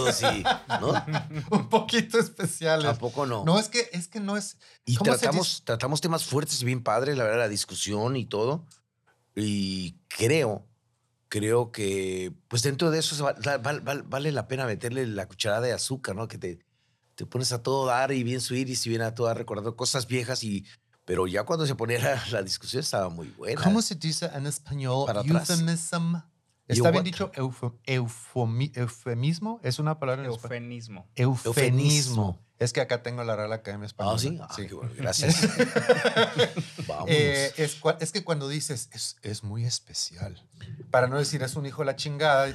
especialitos y, ¿no? Un poquito especiales. ¿A poco no? No, es que no es... Y ¿cómo se dice? tratamos temas fuertes y bien padres, la verdad, la discusión y todo. Y creo que, pues dentro de eso vale la pena meterle la cucharada de azúcar, ¿no? Que te pones a todo dar y bien subir y si bien a todo dar recordando cosas viejas pero ya cuando se ponía la discusión estaba muy buena. ¿Cómo se dice en español? Para atrás. Euphemism. ¿Está bien dicho eufemismo? ¿Es una palabra en español? Eufemismo. Eufemismo. Es que acá tengo la Real Academia Española. Ah, ¿sí? Sí. Qué bueno, gracias. Vámonos. Es que cuando dices es muy especial, para no decir es un hijo de la chingada,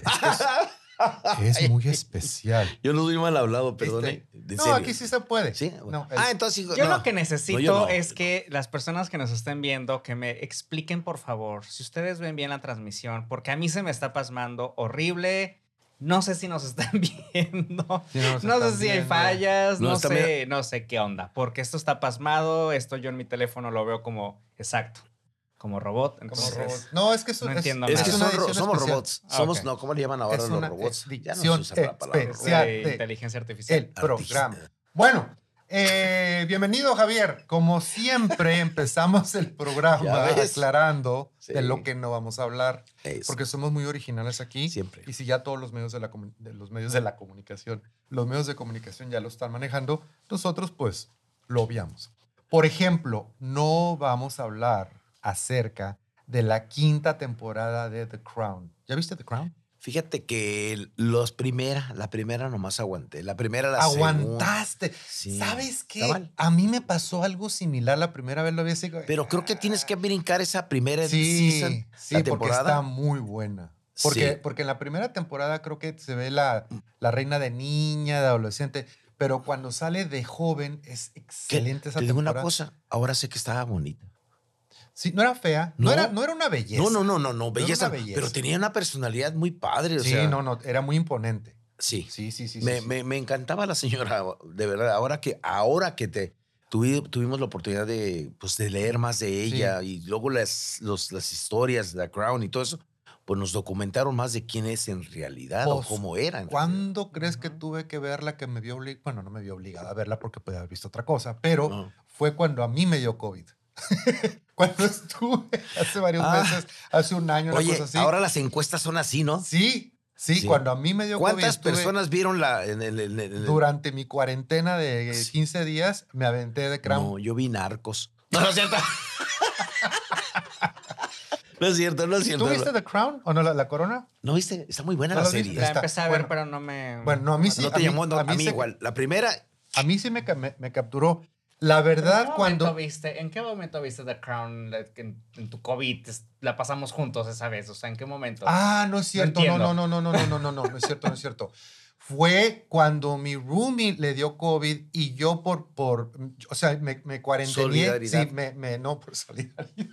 es muy especial. Yo no soy mal hablado, perdone. ¿En No, serio? aquí sí se puede. ¿Sí? No, Entonces... Yo no. lo que necesito No, yo no. es que las personas que nos estén viendo, que me expliquen, por favor, si ustedes ven bien la transmisión, porque a mí se me está pasmando horrible. No sé si nos están viendo. Sí, nos no sé están si hay viendo. fallas. No, No sé qué onda. Porque esto está pasmado. Esto yo en mi teléfono lo veo como exacto. Como robot. Como Entonces, robot. No, es que no entiendo Es que nada. una edición somos especial. robots. Ah, Somos, ok. no, ¿cómo le llaman ahora Es los una robots? Ya no se edición usa la palabra robot. especial. de de inteligencia artificial. El programa. Bueno, bienvenido, Javier. Como siempre, empezamos el Ya programa ves. aclarando Sí. de lo que no vamos a hablar, Eso. porque somos muy originales aquí. Siempre. Y si ya todos los medios los medios de comunicación ya lo están manejando, nosotros pues lo obviamos. Por ejemplo, no vamos a hablar acerca de la 5ª temporada de The Crown. ¿Ya viste The Crown? Fíjate que la primera nomás aguanté. La primera, la segunda. Aguantaste. Sí. ¿Sabes Está qué? mal. A mí me pasó algo similar la primera vez, lo vi así. Pero creo que tienes que brincar esa primera Sí, season, sí, la porque temporada. está muy buena. Porque, Sí. porque en la primera temporada creo que se ve la reina de niña, de adolescente, pero cuando sale de joven es Que, excelente esa te digo temporada. una cosa, ahora sé que estaba bonita. Sí, no era fea, no era una belleza. No, belleza. era belleza. Pero tenía una personalidad muy padre. O Sí, sea, no, era muy imponente. Sí. Sí. Me encantaba la señora, de verdad. Ahora que tuvimos la oportunidad de leer más de ella y luego las historias de The Crown y todo eso, pues nos documentaron más de quién es en realidad o Pues, cómo era. en realidad. ¿Cuándo crees que tuve que verla que me vio obligada? Bueno, no me vio obligada a verla porque podía haber visto otra cosa, pero No. fue cuando a mí me dio COVID. Cuando estuve hace varios meses, hace un año, una Oye, cosa así. ahora las encuestas son así, ¿no? Sí, Sí. cuando a mí me dio COVID. ¿Cuántas estuve- personas vieron en el- Durante mi cuarentena de 15 días me aventé de Crown. No, yo vi Narcos. No es cierto. No es cierto. ¿Tú viste The Crown o no la corona? ¿No viste? Está muy buena ¿No la lo serie. viste? La Está- empecé a ver, bueno. pero no me... Bueno, no, a mí sí. No te llamó, no, a mí se- igual. La primera, A mí sí me capturó. La verdad, ¿En qué momento viste The Crown en tu COVID? La pasamos juntos esa vez. O sea, ¿en qué momento? Ah, no es cierto. No, entiendo. no es cierto, no es cierto. Fue cuando mi roomie le dio COVID y yo o sea, me cuarentené. Solidaridad. Sí, no por solidaridad.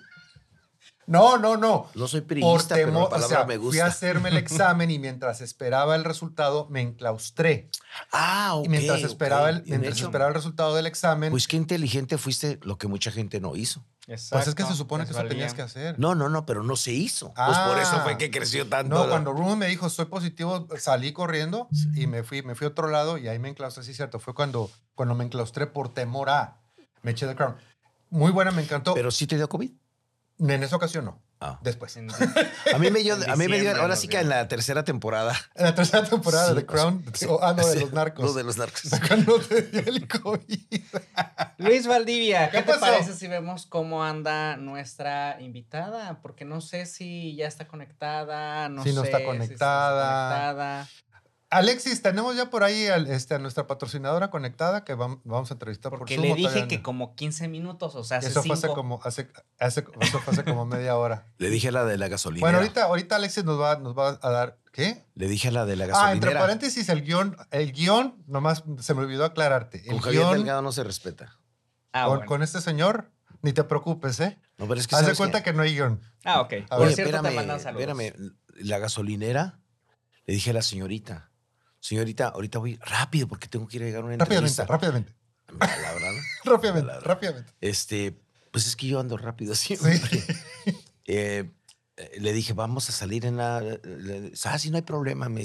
No. no soy Por periodista, pero temor, la palabra o sea, me fui gusta. a hacerme el examen y mientras esperaba el resultado me enclaustré. Ok. Y mientras esperaba Bien hecho. el resultado del examen, Pues qué inteligente fuiste, lo que mucha gente no hizo. pues es que se Exacto, supone que eso les tenías valía. que hacer. No, pero no se hizo. Pues por eso fue que creció tanto. No, cuando Room me dijo soy positivo, salí corriendo y me fui a otro lado y ahí me enclaustré, sí, cierto. Fue cuando me enclaustré por temor a. Me eché The Crown. Muy buena, me encantó. Pero sí te dio COVID. En esa ocasión no. Ah. Después. En- A mí me dio, diciembre ahora nos sí que dio. en la tercera temporada. En la tercera temporada Sí, de The Crown. sí, No, de sí, los narcos. No, de los narcos. Cuando te dio el COVID. Luis Valdivia, ¿qué ¿Qué te pasó? parece si vemos cómo anda nuestra invitada? Porque no sé si ya está conectada, no Sí, sé no está si conectada. Alexis, tenemos ya por ahí a nuestra patrocinadora conectada que vamos a entrevistar Porque por le Zoom. dije todavía que no. como 15 minutos, o sea, hace Eso fue 5. eso fue hace como media hora. Le dije a la de la gasolinera. Bueno, ahorita Alexis nos va a dar. ¿Qué? Le dije a la de la Entre gasolinera. paréntesis, el guión, nomás se me olvidó aclararte. Con El Javier guión Delgado no se respeta. con este señor, ni te preocupes, ¿eh? No, pero es que Haz de ¿sabes cuenta qué? que no hay guión. Ah, ok. A Por ver, cierto, te mandan saludos. espérame. La gasolinera, le dije a la señorita, ahorita voy rápido porque tengo que ir a llegar a una entrevista. Rápidamente. La verdad. Rápidamente. Pues es que yo ando rápido siempre. Sí. Le dije, vamos a salir en la... sí, no hay problema, me dice.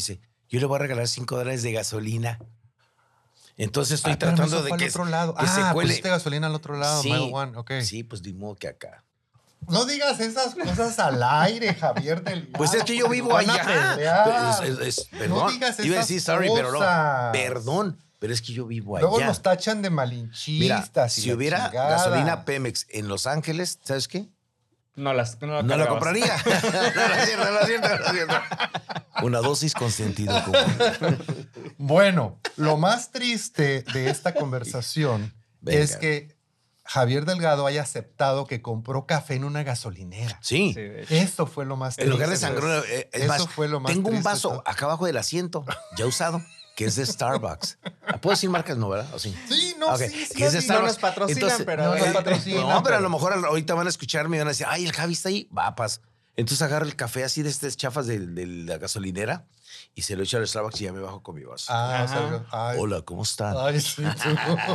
yo le voy a regalar $5 de gasolina. Entonces estoy pero tratando eso de fue al que, otro lado. que se cuele. Pusiste gasolina al otro lado, Sí, Mile One. Ok. sí, pues de modo que acá. No digas esas cosas al aire, Javier Delgado. Pues es que yo porque vivo nos van a allá. pelear. Perdón. No digas Iba a esas decir sorry, pero no. cosas. Perdón, pero es que yo vivo Luego allá. nos tachan de Mira, malinchistas. y si la hubiera chingada. gasolina Pemex en Los Ángeles, ¿sabes qué? No la No la cargabas. compraría. no lo siento. Una dosis con sentido común. Bueno, lo más triste de esta conversación Venga. es que Javier Delgado haya aceptado que compró café en una gasolinera. Sí. Sí, de hecho. Eso fue lo más triste. En lugar de sangrón, es Eso más, fue lo más tengo un triste, vaso ¿no? acá abajo del asiento, ya usado, que es de Starbucks. ¿Puedo decir marcas no, verdad? ¿O sí? Sí, no, Ok, sí, que es de sí. No Starbucks. nos patrocinan, Entonces, pero... no a nos ver. patrocinan. no, pero a lo mejor ahorita van a escucharme y van a decir, ay, el Javi está ahí, vapas. Entonces agarro el café así de estas chafas de la gasolinera y se lo echo al Starbucks y ya me bajo con mi vaso. Ah, o sea, Ajá. ay, Hola, ¿cómo están? ay, sí, tú.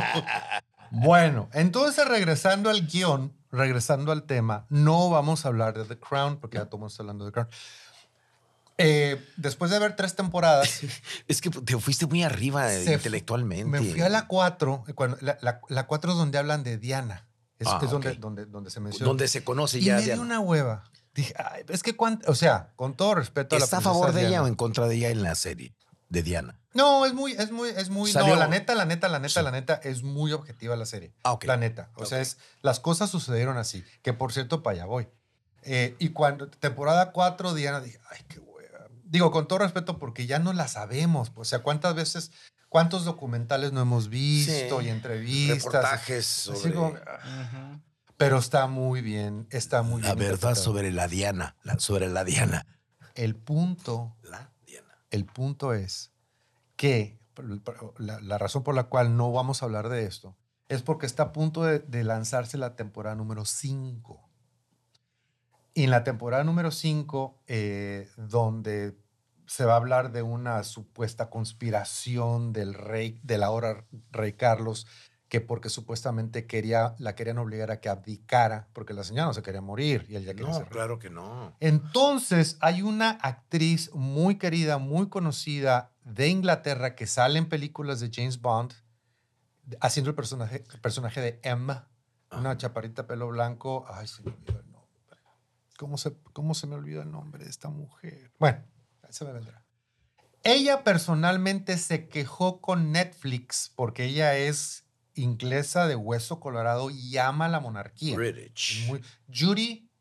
Bueno, entonces regresando al guión, regresando al tema, no vamos a hablar de The Crown, porque ya todo el mundo está hablando de The Crown. Después de ver 3 temporadas, Es que te fuiste muy arriba Se fu- intelectualmente. me fui a la 4. La 4 es donde hablan de Diana. Es Ok. donde se menciona. Donde se conoce Y ya. me dio Diana. una hueva. Dije, ay, es que o sea, con todo respeto a la ¿Está a princesa favor de ella Diana. o en contra de ella en la serie de Diana? No, es muy. Salió- No, la neta, Sí. es muy objetiva la serie. Ah, ok. La neta. O sea, las cosas sucedieron así. Que por cierto, para allá voy. Y cuando temporada 4, Diana, dije, ay, qué hueva. Digo, con todo respeto, porque ya no la sabemos. O sea, cuántos documentales no hemos visto Sí. y entrevistas. Reportajes Así sobre como, Ujú. pero está muy bien. Está muy la bien. verdad interpretado. sobre la Diana. Sobre la Diana. El punto La Diana. El punto es que la razón por la cual no vamos a hablar de esto es porque está a punto de lanzarse la temporada número 5. Y en la temporada número 5, donde se va a hablar de una supuesta conspiración del ahora rey Carlos, que porque supuestamente la querían obligar a que abdicara, porque la señora no se quería morir y él ya quería No, ser rey. claro que no. Entonces, hay una actriz muy querida, muy conocida de Inglaterra que sale en películas de James Bond haciendo el personaje de Emma, una chaparrita pelo blanco. Ay, se me olvidó el nombre. ¿Cómo se me olvidó el nombre de esta mujer? Bueno, se me vendrá. Ella personalmente se quejó con Netflix porque ella es inglesa de hueso colorado y ama la monarquía. British. Judi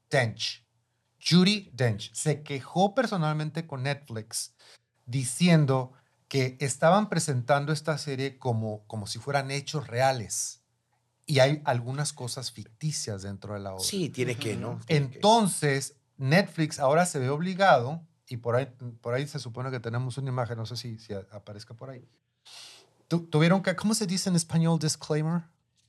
Dench se quejó personalmente con Netflix diciendo que estaban presentando esta serie como si fueran hechos reales y hay algunas cosas ficticias dentro de la obra. Sí, tiene que, ¿no? Ujú. Tiene que. Entonces, Netflix ahora se ve obligado, y por ahí se supone que tenemos una imagen, no sé si aparezca por ahí. Tuvieron que, ¿cómo se dice en español disclaimer?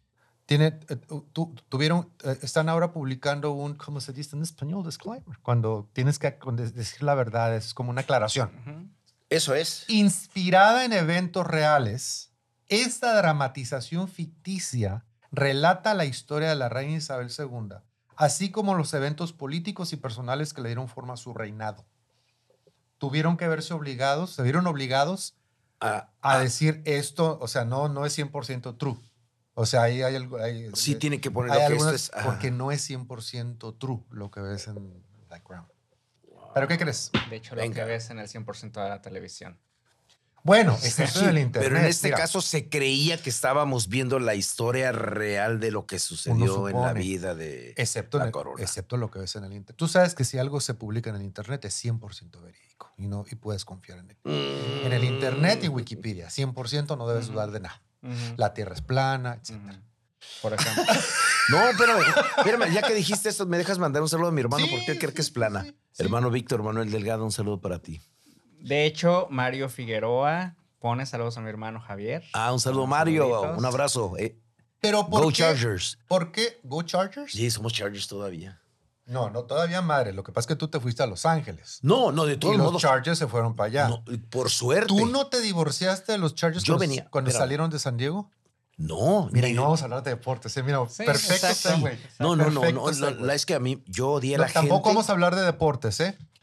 Están ahora publicando ¿cómo se dice en español disclaimer? Cuando tienes que decir la verdad, es como una aclaración. Ujú. Eso es. Inspirada en eventos reales, esta dramatización ficticia relata la historia de la reina Isabel II, así como los eventos políticos y personales que le dieron forma a su reinado. Tuvieron que se vieron obligados a decir esto, o sea, no es 100% true. O sea, ahí hay algo. Sí, tiene que poner hay lo que esto algunas, es. porque no es 100% true lo que ves en The Crown. ¿Pero qué crees? De hecho, lo Venga. que ves en el 100% de la televisión. Bueno, es eso Sí, del internet. pero en este mira. caso se creía que estábamos viendo la historia real de lo que sucedió en la supone. vida de Excepto, la corona. excepto lo que ves en el internet. Tú sabes que si algo se publica en el internet es 100% verídico y puedes confiar en él. En el internet y Wikipedia, 100% no debes dudar de nada. Ujú. La Tierra es plana, etc. Ujú. Por ejemplo. No, pero espérame, ya que dijiste esto, ¿me dejas mandar un saludo a mi hermano? Sí, porque él cree que es sí, plana. sí. Hermano Víctor Manuel Delgado, un saludo para ti. De hecho, Mario Figueroa pone saludos a mi hermano Javier. Ah, un saludo, Unos Mario. saluditos. Un abrazo. Pero Go Chargers. ¿Por qué? ¿Go Chargers? Sí, somos Chargers todavía. No, todavía madre. Lo que pasa es que tú te fuiste a Los Ángeles. No, de Y todos los modos. Chargers se fueron para allá. No, por suerte. ¿Tú no te divorciaste de los Chargers Yo venía, cuando espérame. salieron de San Diego? No, Mira, ni- y no vamos a hablar de deportes. Mira, Sí, perfecto exacto. segue. No. Perfecto La segue. es que a mí, yo odié a No, la tampoco gente. vamos a hablar de deportes, ¿eh?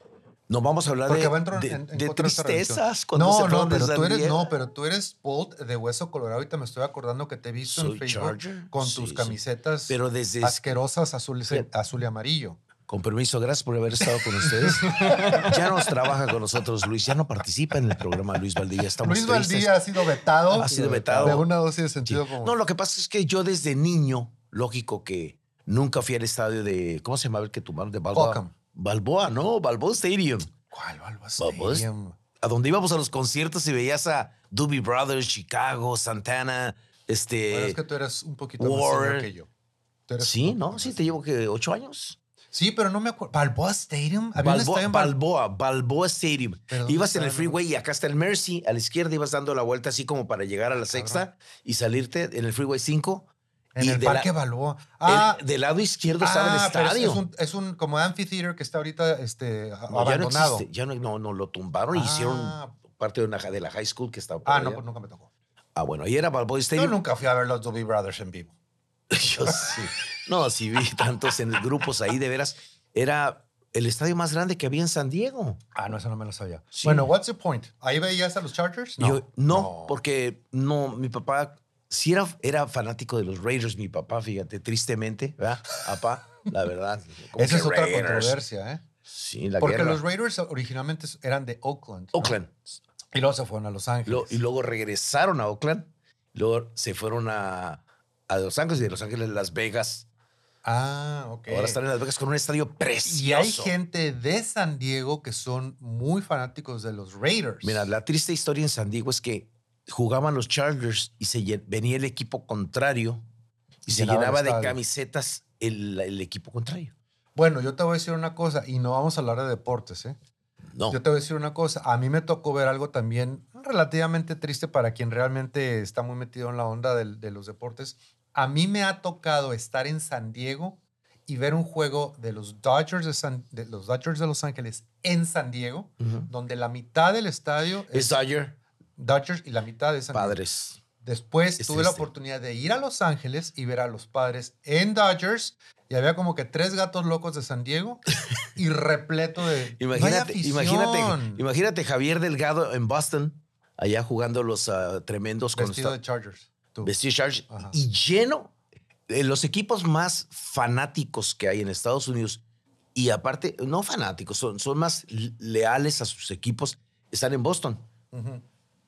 No vamos a hablar Porque de, va a entrar de, en de contra de esta tristezas cuando se No, fueron de pero tú San eres, Diego. no, pero tú eres Bolt de Hueso Colorado. Ahorita me estoy acordando que te he visto en Soy Facebook Charger. con Sí, tus sí. camisetas Pero desde... asquerosas azul, Fíjate. azul y amarillo. Con permiso, gracias por haber estado con ustedes. Ya nos trabaja con nosotros Luis, ya no participa en el programa Luis Valdivia. Estamos Luis tristes. Valdivia ha sido vetado Ha sido de vetado. una dosis de Sí. sentido común. No, lo que pasa es que yo desde niño, lógico que nunca fui al estadio de, ¿cómo se llamaba el que tumbaron? De Balboa. Qualcomm. Balboa, no, Balboa Stadium. ¿Cuál? Balboa Balboa Stadium. A donde íbamos a los conciertos y veías a Doobie Brothers, Chicago, Santana, Bueno, es que tú eres un poquito más War. senior que yo. Tú eres Sí, un ¿no? poquito Sí, más te llevo senior. que 8 años. Sí, pero no me acuerdo. ¿Balboa Stadium? Había un estadio en Balboa Stadium. ¿Pero dónde Ibas en el estaba, freeway y acá está el Mercy. A la izquierda ibas dando la vuelta así como para llegar a la sexta y salirte en el freeway 5. En y el de Parque Balboa. del lado izquierdo estaba el pero estadio. es un como amphitheater que está ahorita No, ya no abandonado. existe. Ya no lo tumbaron y hicieron parte de la high school que estaba por no, allá. pues nunca me tocó. Bueno, ahí era Balboa Yo Stadium. nunca fui a ver los Doobie Brothers en vivo. Yo sí. No, sí vi tantos en grupos ahí, de veras. Era el estadio más grande que había en San Diego. No, eso no me lo sabía. Sí. Bueno, what's the point? ¿Ahí veías a los Chargers? No, porque mi papá sí era fanático de los Raiders, mi papá, fíjate, tristemente, ¿verdad? Papá, la verdad. como Esa que es otra Raiders. controversia, ¿eh? Sí, la Porque guerra. los Raiders originalmente eran de Oakland. ¿no? Oakland. Y luego se fueron a Los Ángeles. Y luego regresaron a Oakland. Luego se fueron a Los Ángeles y de Los Ángeles a Las Vegas. Ok. Ahora están en Las Vegas con un estadio precioso. Y hay gente de San Diego que son muy fanáticos de los Raiders. Mira, la triste historia en San Diego es que jugaban los Chargers y venía el equipo contrario y se Llenaba el llenaba de estadio. camisetas el equipo contrario. Bueno, yo te voy a decir una cosa, y no vamos a hablar de deportes, ¿eh? No. Yo te voy a decir una cosa. A mí me tocó ver algo también relativamente triste para quien realmente está muy metido en la onda de los deportes. A mí me ha tocado estar en San Diego y ver un juego de los Dodgers de Los Ángeles en San Diego, donde la mitad del estadio Es Dodger. Dodgers y la mitad de San Diego. Padres. Después Es tuve la triste. oportunidad de ir a Los Ángeles y ver a los Padres en Dodgers y había como que 3 gatos locos de San Diego y repleto de no hay afición. Imagínate Javier Delgado en Boston, allá jugando los tremendos Vestido de Chargers. Tú. vestido de Chargers Ajá. y lleno de los equipos más fanáticos que hay en Estados Unidos y aparte, no fanáticos, son más leales a sus equipos, están en Boston. Ujú.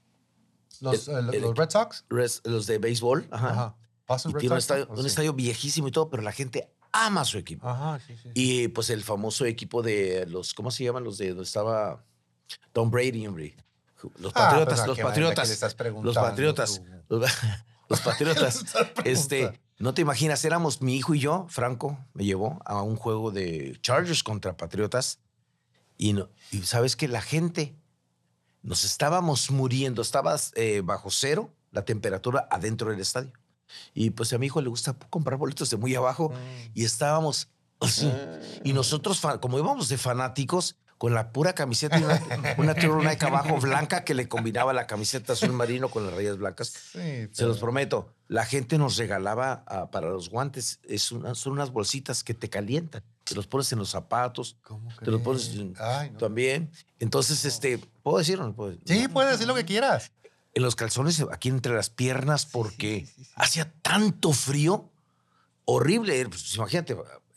Los Red Sox. Los de béisbol, ajá. Ajá. Boston Y Red tiene un Sox, ¿no? estadio, ¿O un sí? estadio viejísimo y todo, pero la gente ama su equipo. Ajá, sí, sí. Y pues el famoso equipo de los, ¿cómo se llaman? Los de donde estaba Tom Brady, hombre. Los Patriotas, pues, los ¿a qué le Patriotas. estás Los preguntando Patriotas. tú? Los Patriotas. ¿Qué le estás preguntando? No te imaginas, éramos mi hijo y yo, Franco, me llevó a un juego de Chargers contra Patriotas. Y sabes que la gente, nos estábamos muriendo, estaba bajo cero la temperatura adentro del estadio. Y pues a mi hijo le gusta comprar boletos de muy abajo y estábamos así. Y nosotros, como íbamos de fanáticos, con la pura camiseta y una turtleneck abajo blanca que le combinaba la camiseta azul marino con las rayas blancas. Sí, Se los prometo, la gente nos regalaba para los guantes, son unas bolsitas que te calientan. Te los pones en los zapatos, ¿Cómo te los pones Ay, no. también. Entonces, ¿puedo decir o no puedo? Sí, puedes decir lo que quieras. En los calzones, aquí entre las piernas, porque hacía tanto frío, horrible. Pues, imagínate,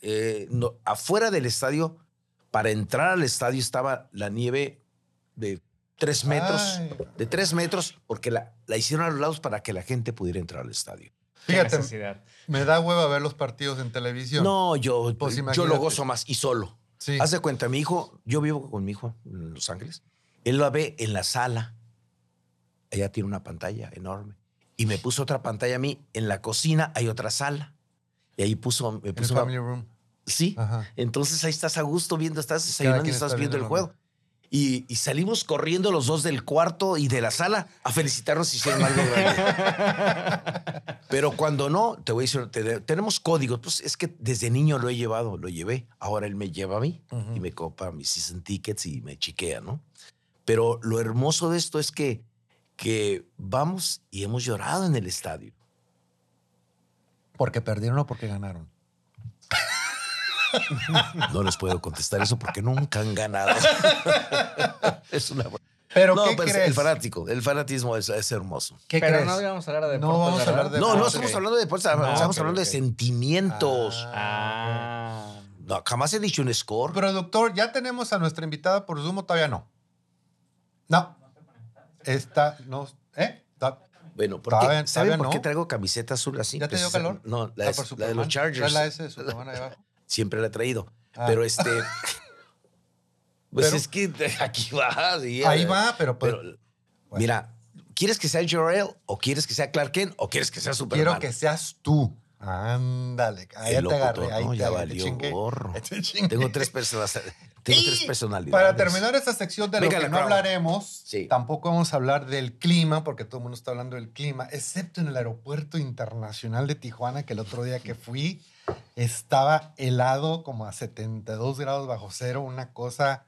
afuera del estadio, para entrar al estadio estaba la nieve de 3 metros, Ay. 3 metros, porque la hicieron a los lados para que la gente pudiera entrar al estadio. Qué Fíjate, necesidad. me da hueva ver los partidos en televisión. No, yo Pues lo imagínate. gozo más y solo. Sí. Haz de cuenta, mi hijo, yo vivo con mi hijo en Los Ángeles, él lo ve en la sala, ella tiene una pantalla enorme, y me puso otra pantalla a mí, en la cocina hay otra sala, y ahí me En puso el una- family room. Sí, Ajá. entonces ahí estás a gusto viendo, estás Cada desayunando y quien estás está viendo el viendo juego. Y salimos corriendo los dos del cuarto y de la sala a felicitarnos si hicieron algo grande. Pero cuando no, te voy a decir, tenemos códigos. Pues es que desde niño lo llevé. Ahora él me lleva a mí y me compra mis season tickets y me chiquea, ¿no? Pero lo hermoso de esto es que vamos y hemos llorado en el estadio. ¿Porque perdieron o porque ganaron? No les puedo contestar eso porque nunca han ganado. Es una... ¿Pero No, qué pues crees? el fanatismo es hermoso. ¿Qué Pero crees? no íbamos a hablar de No deportes, vamos a hablar ¿verdad? de No, no deportes. estamos hablando de deportes, Ah, estamos ok, hablando ok. de sentimientos. Ah. No, jamás he dicho un score. Productor, ¿ya tenemos a nuestra invitada por Zoom o todavía no? No. Está, no, Bueno, Todavía- ¿saben todavía por qué no. traigo camiseta azul así? ¿Ya te dio calor? No, Ah, por la de los Superman. Chargers. Trae la S de Superman ahí abajo. Siempre la he traído. Ah. Pero pues Pero- es que aquí va. Sí, Ahí va, pero pues, Pero, mira, ¿quieres que sea Jor-El o quieres que sea Clark Kent o quieres que sea Superman? quiero que seas tú. Ándale, ahí El te agarré, locutor, ahí ¿no? te Ya agarré, valió chingué. gorro. Te chingué. Tengo tres Y personalidades. para terminar esta sección de Venga, lo que la no Crown. hablaremos, Sí. tampoco vamos a hablar del clima, porque todo el mundo está hablando del clima, excepto en el aeropuerto internacional de Tijuana, que el otro día que fui estaba helado como a 72 grados bajo cero, una cosa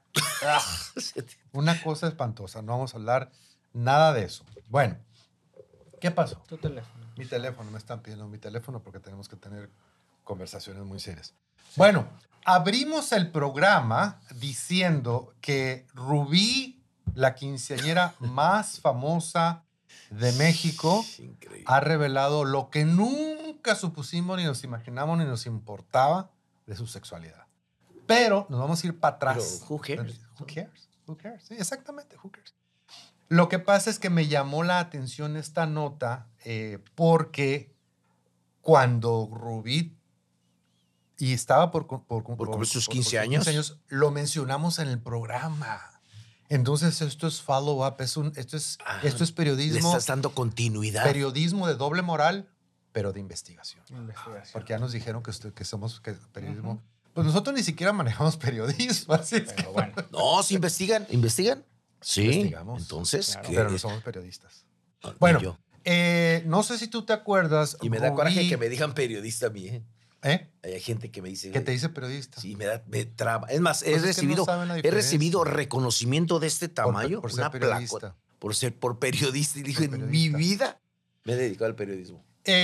espantosa. No vamos a hablar nada de eso. Bueno, ¿qué pasó? Tu teléfono. Mi teléfono, me están pidiendo mi teléfono porque tenemos que tener conversaciones muy serias. Bueno, abrimos el programa diciendo que Rubí, la quinceañera más famosa de México, Increíble. ha revelado lo que nunca supusimos, ni nos imaginamos, ni nos importaba de su sexualidad. Pero nos vamos a ir para atrás. Pero, who cares? Who cares? Who cares? Sí, exactamente, who cares. Lo que pasa es que me llamó la atención esta nota porque cuando Rubí y estaba por cumplir sus 15 años. lo mencionamos en el programa. Entonces esto es follow-up, esto es Le periodismo, estás dando continuidad. periodismo de doble moral, pero de investigación. Investigación. Porque ya nos dijeron que somos periodismo. Pues nosotros ni siquiera manejamos periodismo, así es que... Pero bueno. No, si investigan. Sí. Investigamos. Entonces, Claro. ¿qué Pero no es? somos periodistas. No, ni Bueno, yo. no sé si tú te acuerdas. Y me da Rubí- coraje que me digan periodista a mí, ¿eh? ¿Eh? Hay gente que me dice... Que te dice periodista. Sí, me traba. Es más, Pues es que no saben la he recibido diferencia. reconocimiento de este tamaño, por ser una periodista. placota, por periodista. Y digo, Por en mi periodista. vida me he dedicado al periodismo.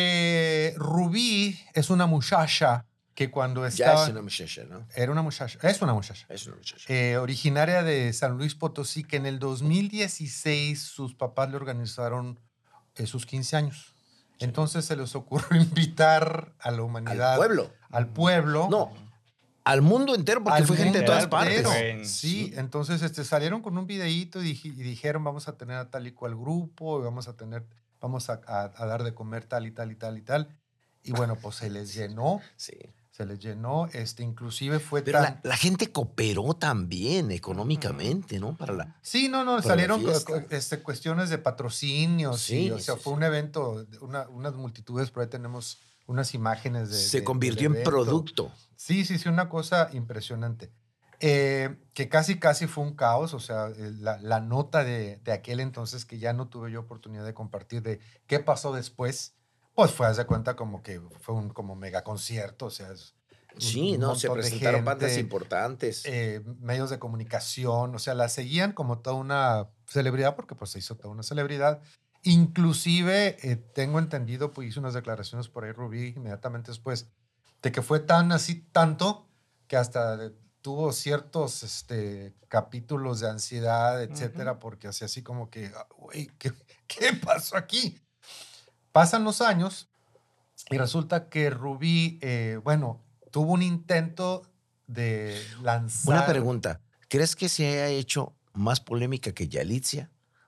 Rubí es una muchacha que cuando Ya estaba... es una muchacha, ¿no? Era una muchacha. Es una muchacha. Es una muchacha. Originaria de San Luis Potosí, que en el 2016 sus papás le organizaron sus 15 años. Entonces se les ocurrió invitar a la humanidad. Al pueblo. Al pueblo. No, al mundo entero, porque Al fue gente de mundo todas partes. entero. güey. Sí, entonces salieron con un videíto y dijeron vamos a tener a tal y cual grupo y vamos a dar de comer tal y tal y tal y tal. Y bueno, pues se les llenó, Sí. inclusive fue Pero tan... la gente cooperó también económicamente, ¿no? Para la... Sí, no, la salieron fiesta. cuestiones de patrocinios. Sí, o sea, sí, fue sí. un evento, unas multitudes, por ahí tenemos unas imágenes Se convirtió en evento. producto. Sí, una cosa impresionante. Que casi fue un caos, o sea, la nota de aquel entonces que ya no tuve yo oportunidad de compartir de qué pasó después, pues fue, haz de cuenta, como que fue un como mega concierto, o sea, Sí, no, se montón de presentaron bandas gente, importantes. medios de comunicación, o sea, la seguían como toda una celebridad porque pues se hizo toda una celebridad. Inclusive, tengo entendido, pues hizo unas declaraciones por ahí Rubí inmediatamente después, de que fue tanto, que hasta tuvo ciertos capítulos de ansiedad, etcétera, porque hacía así como que, güey, ¿qué pasó aquí? Pasan los años y resulta que Rubí, tuvo un intento de lanzar... Una pregunta. ¿Crees que se haya hecho más polémica que Yalitza?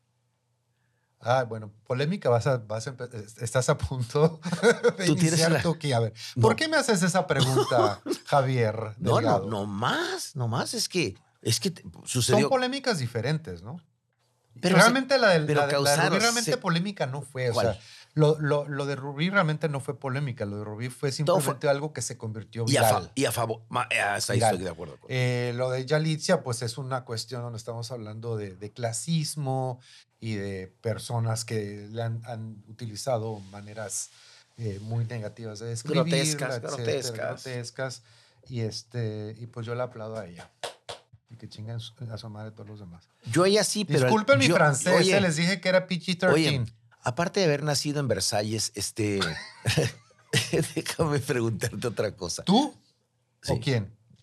Bueno, polémica, estás a punto de Tú tienes iniciar tú aquí. A ver, No. ¿por qué me haces esa pregunta, Javier? No, Delgado? no más. Es que Son sucedió. polémicas diferentes, ¿no? Pero realmente la de causaron- Rubí realmente se- polémica no fue. O ¿Cuál? sea, lo de Rubí realmente no fue polémica. Lo de Rubí fue simplemente algo que se convirtió viral. Y a favor. Hasta ahí Viral. estoy de acuerdo. Lo de Yalitza, pues es una cuestión donde estamos hablando de clasismo y de personas que le han utilizado maneras muy negativas de describir. Grotescas. Y pues yo le aplaudo a ella. Y que chingan a su madre todos los demás. Yo ella sí, pero... Disculpen mi francés, oye, les dije que era PG-13. Oye, aparte de haber nacido en Versalles, déjame preguntarte otra cosa. ¿Tú Sí. o quién?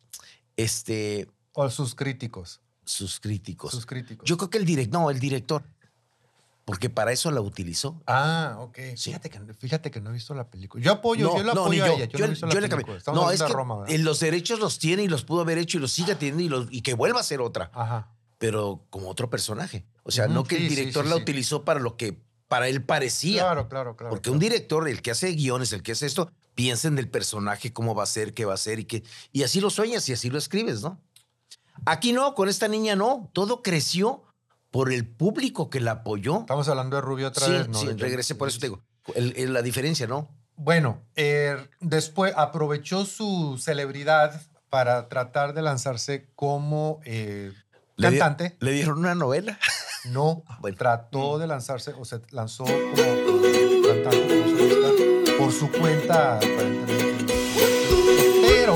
O sus críticos. sus críticos. Sus críticos. Yo creo que el director, porque para eso la utilizó. Ah, ok. Sí. Fíjate que no he visto la película. Yo la ni apoyo a ella. Yo no he visto la le cambié. película. Estamos No, hablando es de que Roma, ¿verdad? los derechos los tiene y los pudo haber hecho y los sigue teniendo y que vuelva a ser otra. Ajá. Pero como otro personaje. O sea, Ujú, no que el sí, director sí, la sí. utilizó para lo que para él parecía. Claro. Porque un director, el que hace guiones, el que hace esto, piensa en el personaje, cómo va a ser, qué va a ser y así lo sueñas y así lo escribes, ¿no? Aquí no, con esta niña no. Todo creció por el público que la apoyó. Estamos hablando de Rubio otra Sí, vez, ¿no? sí, regresé por eso te digo. La diferencia, ¿no? Bueno, después aprovechó su celebridad para tratar de lanzarse como cantante. ¿Le dieron una novela? No, Bueno. trató de lanzarse, o se lanzó como cantante, como solista, por su cuenta, aparentemente. Pero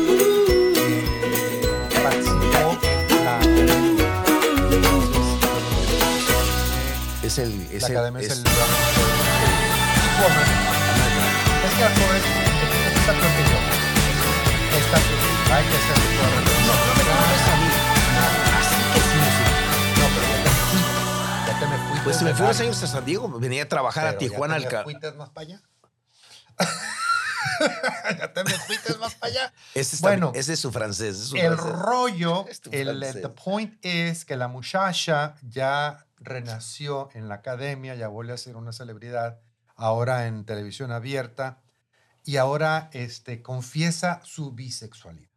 participó en la academia. Entonces, la academia es el lugar. Es que Arturo está peor que yo. Está peor que yo. Hay que hacerlo todo al revés. No me conoces a mí. Así que sí me supo. No, pero ya te me fui. Pues se me fue unos años a San Diego, venía a trabajar a Tijuana. ¿Ya te me fuiste más para allá? ¿Ya te me fuiste más para allá? Bueno, ese es su francés. El rollo, Es tu the francés. point es que la muchacha ya renació en la academia, ya vuelve a ser una celebridad, ahora en televisión abierta, y ahora confiesa su bisexualidad.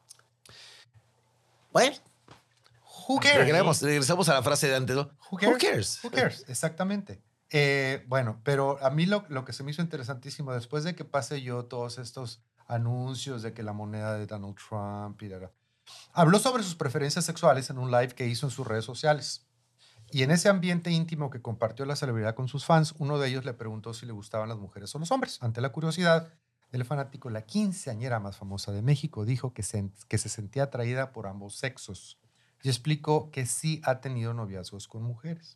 Bueno, Who cares? regresamos a la frase de antes, ¿no? Who cares? Who cares? Exactamente. Bueno, pero a mí lo que se me hizo interesantísimo, después de que pase yo todos estos anuncios de que la moneda de Donald Trump habló sobre sus preferencias sexuales en un live que hizo en sus redes sociales. Y en ese ambiente íntimo que compartió la celebridad con sus fans, uno de ellos le preguntó si le gustaban las mujeres o los hombres. Ante la curiosidad del fanático, la quinceañera más famosa de México dijo que se sentía atraída por ambos sexos y explicó que sí ha tenido noviazgos con mujeres.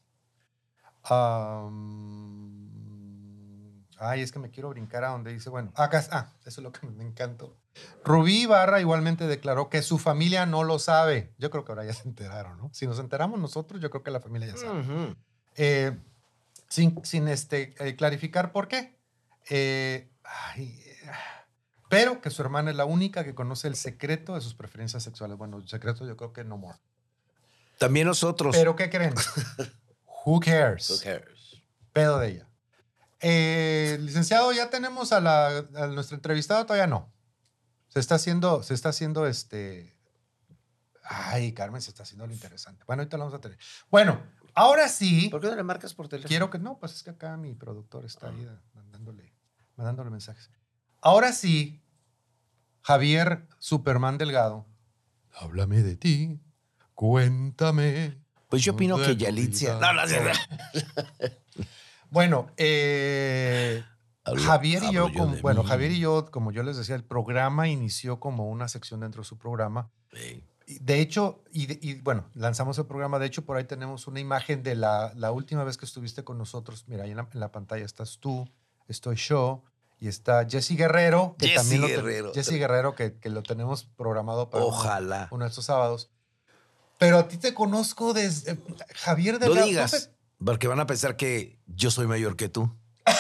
Es que me quiero brincar a donde dice, bueno, eso es lo que me encantó. Rubí Ibarra igualmente declaró que su familia no lo sabe. Yo creo que ahora ya se enteraron, ¿no? Si nos enteramos nosotros, yo creo que la familia ya sabe. Uh-huh. Sin clarificar por qué. Pero que su hermana es la única que conoce el secreto de sus preferencias sexuales. Bueno, el secreto yo creo que no more. También nosotros. ¿Pero qué creen? Who cares? Who cares? Pedo de ella. Licenciado, ¿ya tenemos a nuestra entrevistada? Todavía no. Se está haciendo Ay, Carmen, se está haciendo lo interesante. Bueno, ahorita lo vamos a tener. Bueno, ahora sí. ¿Por qué no le marcas por teléfono? Quiero que no, pues es que acá mi productor está ahí mandándole mensajes. Ahora sí, Javier Superman Delgado. Háblame de ti, cuéntame. Pues yo opino de que tu Yalitza. vida. No, Bueno, Javier y yo, de Javier mí. y yo, como yo les decía, el programa inició como una sección dentro de su programa. De hecho, bueno, lanzamos el programa. De hecho, por ahí tenemos una imagen de la última vez que estuviste con nosotros. Mira, ahí en la pantalla estás tú, estoy yo y está Jesse Guerrero. Que Jesse Guerrero, que lo tenemos programado para Ojalá. uno de estos sábados. Pero a ti te conozco desde Javier No Delgado. digas, porque van a pensar que yo soy mayor que tú.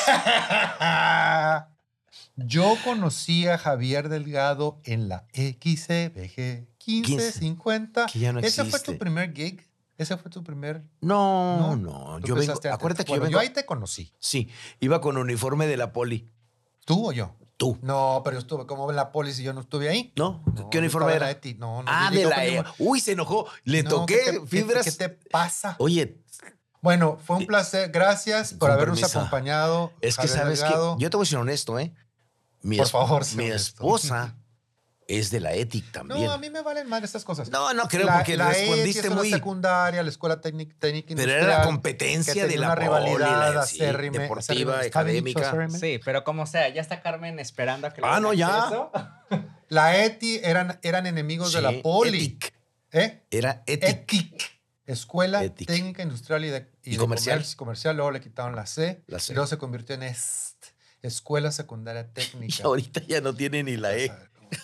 Yo conocí a Javier Delgado en la XCBG 1550. Que ya no ¿Ese fue existe. tu primer gig? ¿Ese fue tu primer? No. ¿Tú Yo vengo, empezaste antes? acuérdate que Bueno, yo yo vengo. ahí te conocí. Sí, iba con uniforme de la poli. ¿Tú o yo? Tú. No, pero yo estuve como en la polis y yo no estuve ahí. ¿No? No, ¿Qué yo uniforme estaba era? en la ETI. No, Ah, yo de llegué la con EVA. Uy, se enojó. Le No, toqué fibras. ¿Qué te pasa? Oye, Bueno, fue un placer. Gracias por Con habernos permiso. acompañado. es que Javier sabes que Delgado. yo te voy a ser honesto, ¿eh? Por favor, sé mi honesto. esposa es de la ETIC también. No, a mí me valen mal estas cosas. No creo porque la respondiste ETI es muy. una secundaria, la Escuela Técnica Industrial. Pero era la competencia que de tenía la una rivalidad poli, sí, acérrima, deportiva, ¿está bien dicho, académica. acérrima? Sí, pero como sea, ya está Carmen esperando a que le Ah, den no, ya. acceso. La ETI eran enemigos de la Sí, poli. ETIC. ¿Eh? Era ETIC. ETIC. Escuela ETIC. Técnica Industrial y de comercial. Comercial. Luego le quitaron la C. La C. Y luego se convirtió en Escuela Secundaria Y Técnica. ahorita ya no tiene ni la E.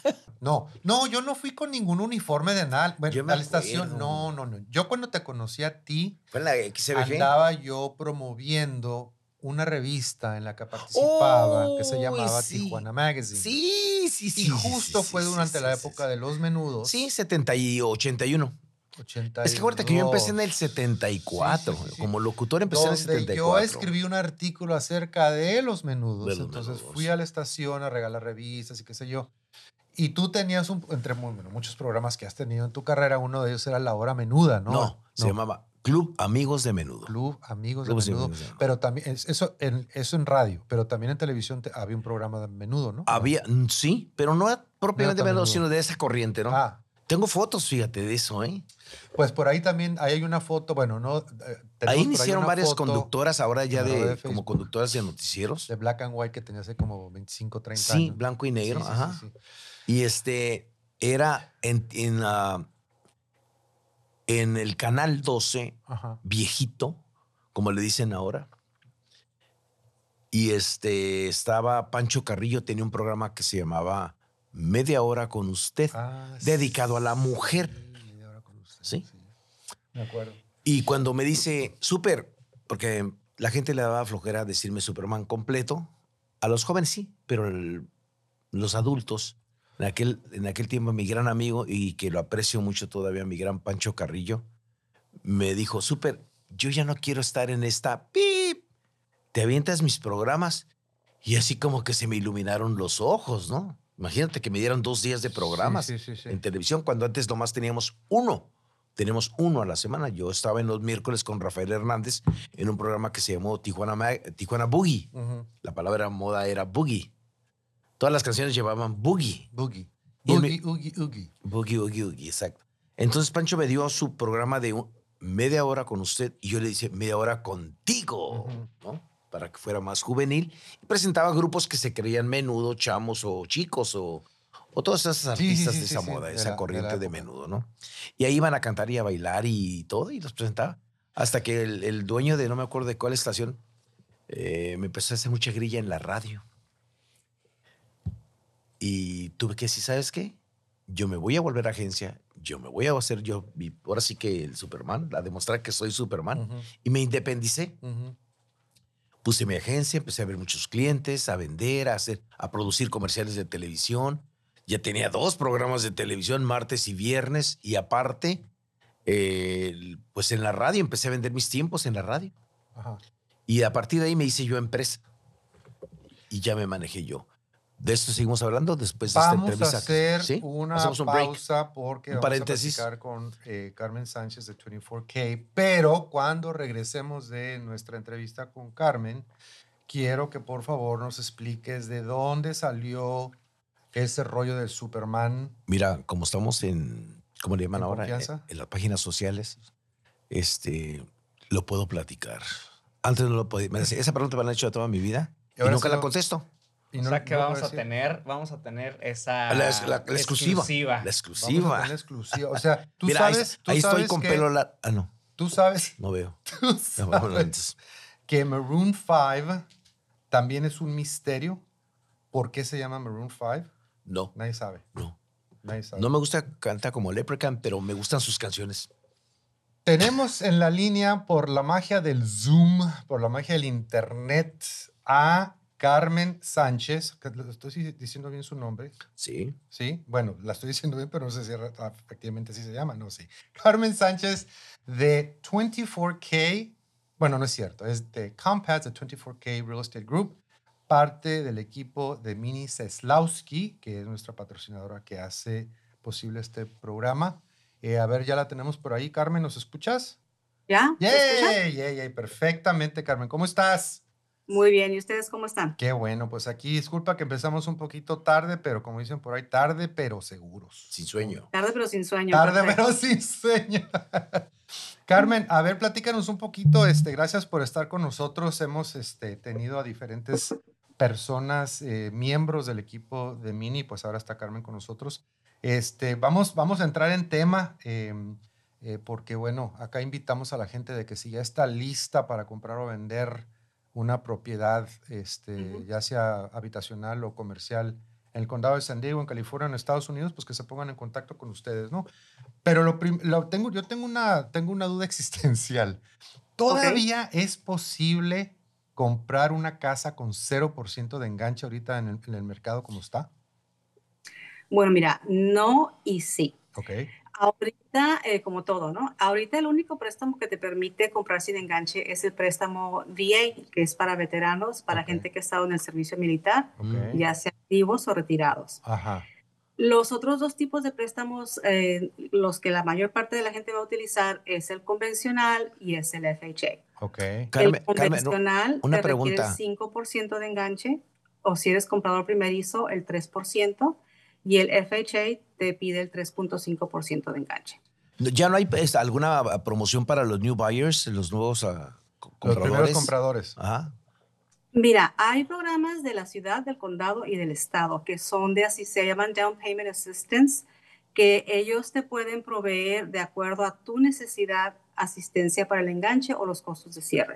No, yo no fui con ningún uniforme de nada. Bueno, Yo me a la estación, acuerdo. no. Yo cuando te conocí a ti, Fue en la XBG. andaba yo promoviendo una revista en la que participaba que se ¡Uy, llamaba sí! Tijuana Magazine. Sí, sí, Y sí, sí, sí, justo sí, fue sí, durante sí, la sí, época sí. de los menudos, Sí, 70 y 81. Es que acuérdate que yo empecé en el 82. 74. Sí. Como locutor empecé en el Donde yo 74. escribí un artículo acerca de los De menudos. los Entonces fui menudos. a la estación a regalar revistas y qué sé yo. Y tú tenías muchos programas que has tenido en tu carrera. Uno de ellos era La Hora Menuda, ¿no? No, se llamaba Club Amigos de Menudo. Club Amigos de Clubes de Menudo. Amigos de Menudo. Pero también, eso en radio, pero también en televisión había un programa de menudo, ¿no? ¿O no? Sí, pero no era No era propiamente tan menudo, menudo. sino de esa corriente, ¿no? Ah, Tengo fotos, fíjate, de eso, ¿eh? pues por ahí también, ahí hay una foto, bueno, no, Ahí tenemos por ahí iniciaron una varias foto conductoras, ahora en ya la red de como Facebook conductoras de noticieros. de Black and White que tenía hace como 25, 30 Sí, años, ¿no? blanco y negro, Sí. ajá. Y era en el canal 12, Ajá. viejito, como le dicen ahora. Y estaba Pancho Carrillo, tenía un programa que se llamaba Media Hora con Usted, dedicado a la mujer. Sí, Media Hora con Usted. ¿Sí? Sí, me acuerdo. Y cuando me dice Super, porque la gente le daba flojera decirme Superman completo, a los jóvenes sí, pero los adultos, en aquel tiempo mi gran amigo y que lo aprecio mucho todavía, mi gran Pancho Carrillo, me dijo, Super, yo ya no quiero estar en esta pip, te avientas mis programas. Y así como que se me iluminaron los ojos, ¿no? Imagínate que me dieran 2 días de programas Sí. en televisión, cuando antes nomás teníamos uno. Tenemos uno a la semana. Yo estaba en los miércoles con Rafael Hernández en un programa que se llamó Tijuana Boogie. Ujú. La palabra moda era boogie. Todas las canciones llevaban boogie. Boogie. Y él Boogie, oogie, oogie. Boogie, exacto. Entonces Pancho me dio su programa de media hora con usted y yo le dije media hora contigo, Ujú. ¿no? Para que fuera más juvenil. Y presentaba grupos que se creían menudo, chamos o chicos o todas esas artistas de esa moda, de esa la corriente de época. menudo, ¿no? Y ahí iban a cantar y a bailar y todo y los presentaba. Hasta que el dueño de no me acuerdo de cuál estación me empezó a hacer mucha grilla en la radio. Y tuve que decir, ¿sabes qué? Yo me voy a volver a agencia, yo me voy a hacer ahora sí que el Superman, a demostrar que soy Superman. Ujú. Y me independicé. Ujú. Puse mi agencia, empecé a ver muchos clientes, a vender, a producir comerciales de televisión. Ya tenía 2 programas de televisión, martes y viernes. Y aparte, pues en la radio, empecé a vender mis tiempos en la radio. Ajá. Y a partir de ahí me hice yo empresa. Y ya me manejé yo. De esto seguimos hablando después de esta Vamos a entrevista. hacer ¿Sí? una Hacemos un break, pausa porque un vamos paréntesis. a platicar con Carmen Sánchez de 24K, pero cuando regresemos de nuestra entrevista con Carmen, quiero que por favor nos expliques de dónde salió ese rollo del Superman. Mira, como estamos ¿cómo le llaman ¿En ahora? confianza? En las páginas sociales, lo puedo platicar. Antes no lo podía. Esa pregunta me la han hecho toda mi vida Y y ahora nunca sí la lo- contesto. y O no- sea que no lo vamos puedo a decir. tener esa La exclusiva. exclusiva. La Vamos a exclusiva. tener exclusiva. O sea, tú Mira, sabes, ahí estoy con que, pelo no, tú sabes, no veo. tú No, vámonos sabes antes. que Maroon 5 también es un misterio. ¿Por qué se llama Maroon 5? No, Nadie sabe. no. Nadie sabe. No me gusta cantar como Leprechaun, pero me gustan sus canciones. Tenemos en la línea, por la magia del Zoom, por la magia del Internet, a Carmen Sánchez. ¿Lo estoy diciendo bien su nombre? Sí. Sí. Bueno, la estoy diciendo bien, pero no sé si efectivamente así se llama. No, sí. Carmen Sánchez de 24K. Bueno, no es cierto. Es de Compass, de 24K Real Estate Group. Parte del equipo de Mini Seslowski, que es nuestra patrocinadora que hace posible este programa. A ver, ya la tenemos por ahí. Carmen, ¿nos escuchas? ¿Ya? ¿Me escuchan? ¡Yay! Perfectamente, Carmen. ¿Cómo estás? Muy bien. ¿Y ustedes cómo están? Qué bueno, pues aquí, disculpa que empezamos un poquito tarde, pero como dicen por ahí, tarde pero seguros. Sin sueño. Tarde pero sin sueño. Tarde perfecto. pero sin sueño. Carmen, a ver, platícanos un poquito, gracias por estar con nosotros. Hemos tenido a diferentes personas, miembros del equipo de Mini, pues ahora está Carmen con nosotros. Vamos a entrar en tema, porque bueno, acá invitamos a la gente de que si ya está lista para comprar o vender una propiedad, Ujú. ya sea habitacional o comercial en el condado de San Diego, en California, en Estados Unidos, pues que se pongan en contacto con ustedes, ¿no? Pero yo tengo una duda existencial. Ok. ¿Todavía es posible comprar una casa con 0% de enganche ahorita en el mercado como está? Bueno, mira, no y sí. Ok, Ahorita, como todo, ¿no? Ahorita el único préstamo que te permite comprar sin enganche es el préstamo VA, que es para veteranos, para ok, gente que ha estado en el servicio militar, ok. ya sea activos o retirados. Ajá, Los otros dos tipos de préstamos, los que la mayor parte de la gente va a utilizar, es el convencional y es el FHA. ok. El Carmen, convencional una te requiere el pregunta. 5% de enganche, o si eres comprador primerizo, el 3%, y el FHA te pide el 3.5% de enganche. ¿Ya no hay alguna promoción para los new buyers, los nuevos Los primeros compradores? compradores. Ajá. Mira, hay programas de la ciudad, del condado y del estado que son de así, se llaman Down Payment Assistance, que ellos te pueden proveer de acuerdo a tu necesidad asistencia para el enganche o los costos de cierre.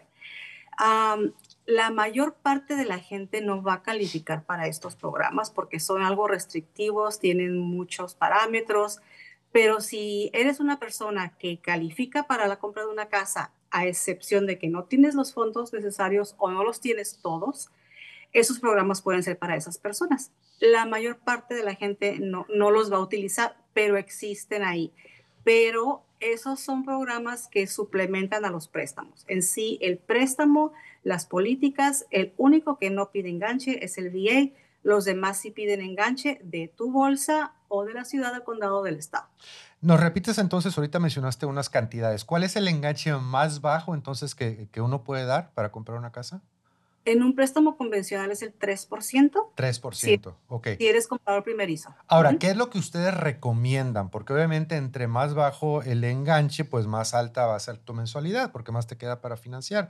Am, la mayor parte de la gente no va a calificar para estos programas porque son algo restrictivos, tienen muchos parámetros, pero si eres una persona que califica para la compra de una casa, a excepción de que no tienes los fondos necesarios o no los tienes todos, esos programas pueden ser para esas personas. La mayor parte de la gente no los va a utilizar, pero existen ahí. Pero esos son programas que suplementan a los préstamos. En sí, el préstamo, las políticas, el único que no pide enganche es el VA. Los demás sí piden enganche de tu bolsa o de la ciudad, del condado, del estado. ¿Nos repites entonces? Ahorita mencionaste unas cantidades. ¿Cuál es el enganche más bajo entonces que uno puede dar para comprar una casa? En un préstamo convencional es el 3%, si, 3%. Ok. si eres comprador primerizo. Ahora, Ujú. ¿qué es lo que ustedes recomiendan? Porque obviamente entre más bajo el enganche, pues más alta va a ser tu mensualidad, porque más te queda para financiar.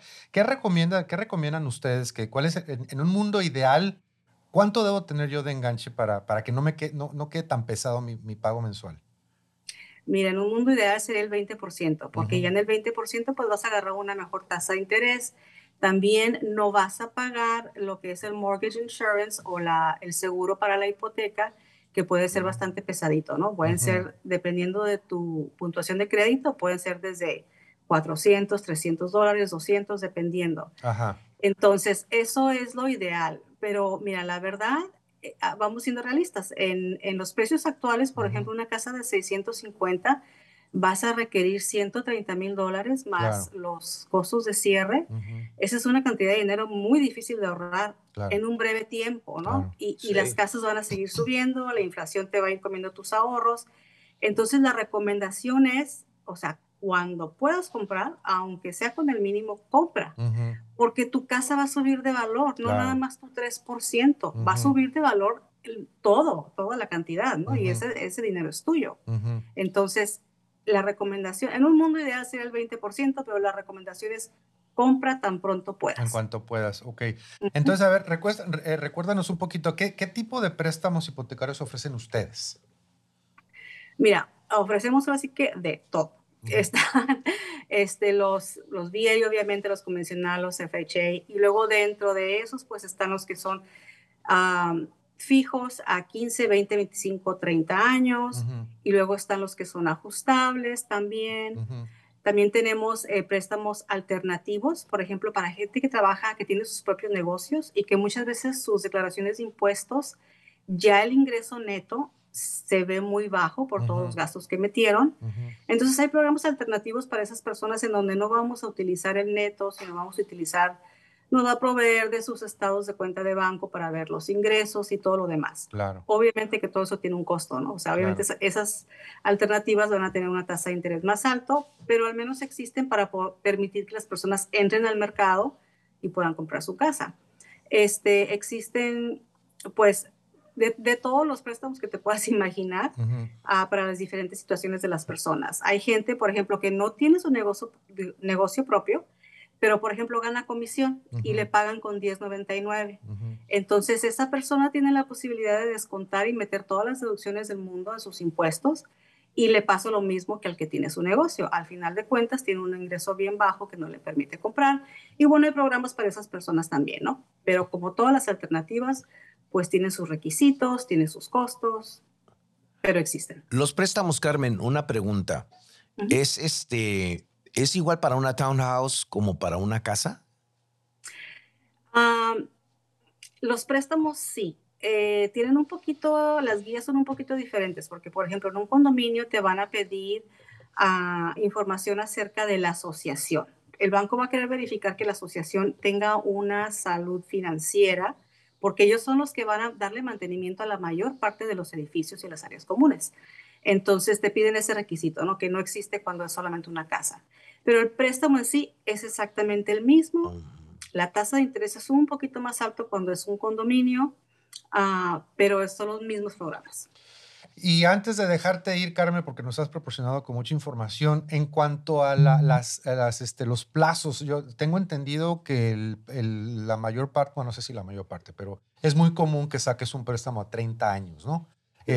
¿Qué recomiendan ustedes? ¿Cuál es en un mundo ideal, cuánto debo tener yo de enganche para que no quede tan pesado mi pago mensual? Mira, en un mundo ideal sería el 20%, porque ya Ujú, en el 20% pues vas a agarrar una mejor tasa de interés. También no vas a pagar lo que es el mortgage insurance o el seguro para la hipoteca, que puede ser bastante pesadito, ¿no? Pueden ujú. ser, dependiendo de tu puntuación de crédito, pueden ser desde 400, $300, 200, dependiendo. Ajá. Entonces, eso es lo ideal. Pero mira, la verdad, vamos siendo realistas. En los precios actuales, por Ujú, ejemplo, una casa de 650 vas a requerir $130,000 claro. más los costos de cierre. Ujú, Esa es una cantidad de dinero muy difícil de ahorrar claro, en un breve tiempo, ¿no? claro. Y las Sí. casas van a seguir subiendo, la inflación te va a ir comiendo tus ahorros. Entonces, la recomendación es, o sea, cuando puedas comprar, aunque sea con el mínimo, compra Ujú, porque tu casa va a subir de valor, no nada claro. más tu 3%, va a Ujú, subir de valor todo, toda la cantidad, ¿no? Y ujú, ese dinero es tuyo. ujú. Entonces, la recomendación, en un mundo ideal sería el 20%, pero la recomendación es compra tan pronto En puedas. cuanto puedas, ok. Ujú. Entonces, a ver, recuérdanos un poquito, ¿qué tipo de préstamos hipotecarios ofrecen ustedes? Mira, ofrecemos así que de todo. Ujú, Están los VA, obviamente los convencionales, los FHA, y luego dentro de esos, pues están los que son fijos a 15, 20, 25, 30 años, ujú, y luego están los que son ajustables también. ujú, También tenemos préstamos alternativos, por ejemplo, para gente que trabaja, que tiene sus propios negocios y que muchas veces sus declaraciones de impuestos, ya el ingreso neto se ve muy bajo por todos los ujú, gastos que metieron. ujú, Entonces hay programas alternativos para esas personas en donde no vamos a utilizar el neto, sino vamos a utilizar, nos va a proveer de sus estados de cuenta de banco para ver los ingresos y todo lo demás. claro, Obviamente que todo eso tiene un costo, ¿no? O sea, obviamente claro. esas alternativas van a tener una tasa de interés más alto, pero al menos existen para permitir que las personas entren al mercado y puedan comprar su casa. Existen, pues, de todos los préstamos que te puedas imaginar Ujú, para las diferentes situaciones de las personas. Hay gente, por ejemplo, que no tiene su negocio propio, pero, por ejemplo, gana comisión y le ujú, pagan con 10.99. ujú, Entonces, esa persona tiene la posibilidad de descontar y meter todas las deducciones del mundo de sus impuestos y le pasa lo mismo que al que tiene su negocio. Al final de cuentas, tiene un ingreso bien bajo que no le permite comprar. Y bueno, hay programas para esas personas también, ¿no? Pero como todas las alternativas, pues tienen sus requisitos, tienen sus costos, pero existen. Los préstamos, Carmen, una pregunta. Ujú. ¿Es igual para una townhouse como para una casa? Los préstamos sí. Tienen un poquito, las guías son un poquito diferentes, porque por ejemplo en un condominio te van a pedir información acerca de la asociación. El banco va a querer verificar que la asociación tenga una salud financiera, porque ellos son los que van a darle mantenimiento a la mayor parte de los edificios y las áreas comunes. Entonces te piden ese requisito, ¿no? Que no existe cuando es solamente una casa. Pero el préstamo en sí es exactamente el mismo. La tasa de interés es un poquito más alto cuando es un condominio, pero son los mismos programas. Y antes de dejarte ir, Carmen, porque nos has proporcionado con mucha información, en cuanto a los plazos, yo tengo entendido que la mayor parte, bueno, no sé si la mayor parte, pero es muy común que saques un préstamo a 30 años, ¿no?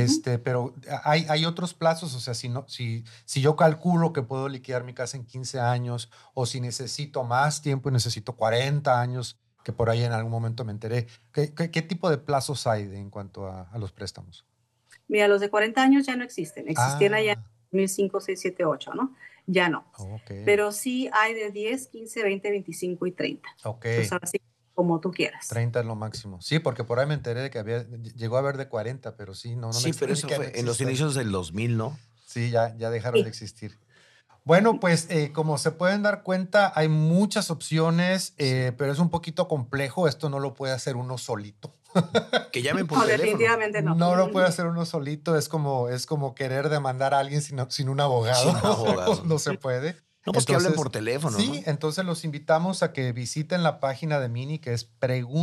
Pero hay otros plazos, o sea, si yo calculo que puedo liquidar mi casa en 15 años, o si necesito más tiempo y necesito 40 años, que por ahí en algún momento me enteré, ¿qué tipo de plazos hay en cuanto a los préstamos? Mira, los de 40 años ya no existen. Existían allá en Ah, 2005, 6, 7, 8, ¿no? Ya no. ok, Pero sí hay de 10, 15, 20, 25 y 30. ok. Entonces, ahora sí, como tú quieras. 30 es lo máximo. Sí, porque por ahí me enteré de que llegó a haber de 40, pero sí, no me Sí, pero extraña eso que no fue en los existan. inicios del 2000, ¿no? Sí, ya dejaron Sí. de existir. Bueno, pues como se pueden dar cuenta, hay muchas opciones, pero es un poquito complejo. Esto no lo puede hacer uno solito. Que llamen por No, teléfono. definitivamente no. No lo puede hacer uno solito. Es como querer demandar a alguien sin un abogado. Sin abogado. No se puede. No, pues que hablen Entonces, por teléfono, sí, ¿no? entonces los invitamos a que visiten la página de Mini, que es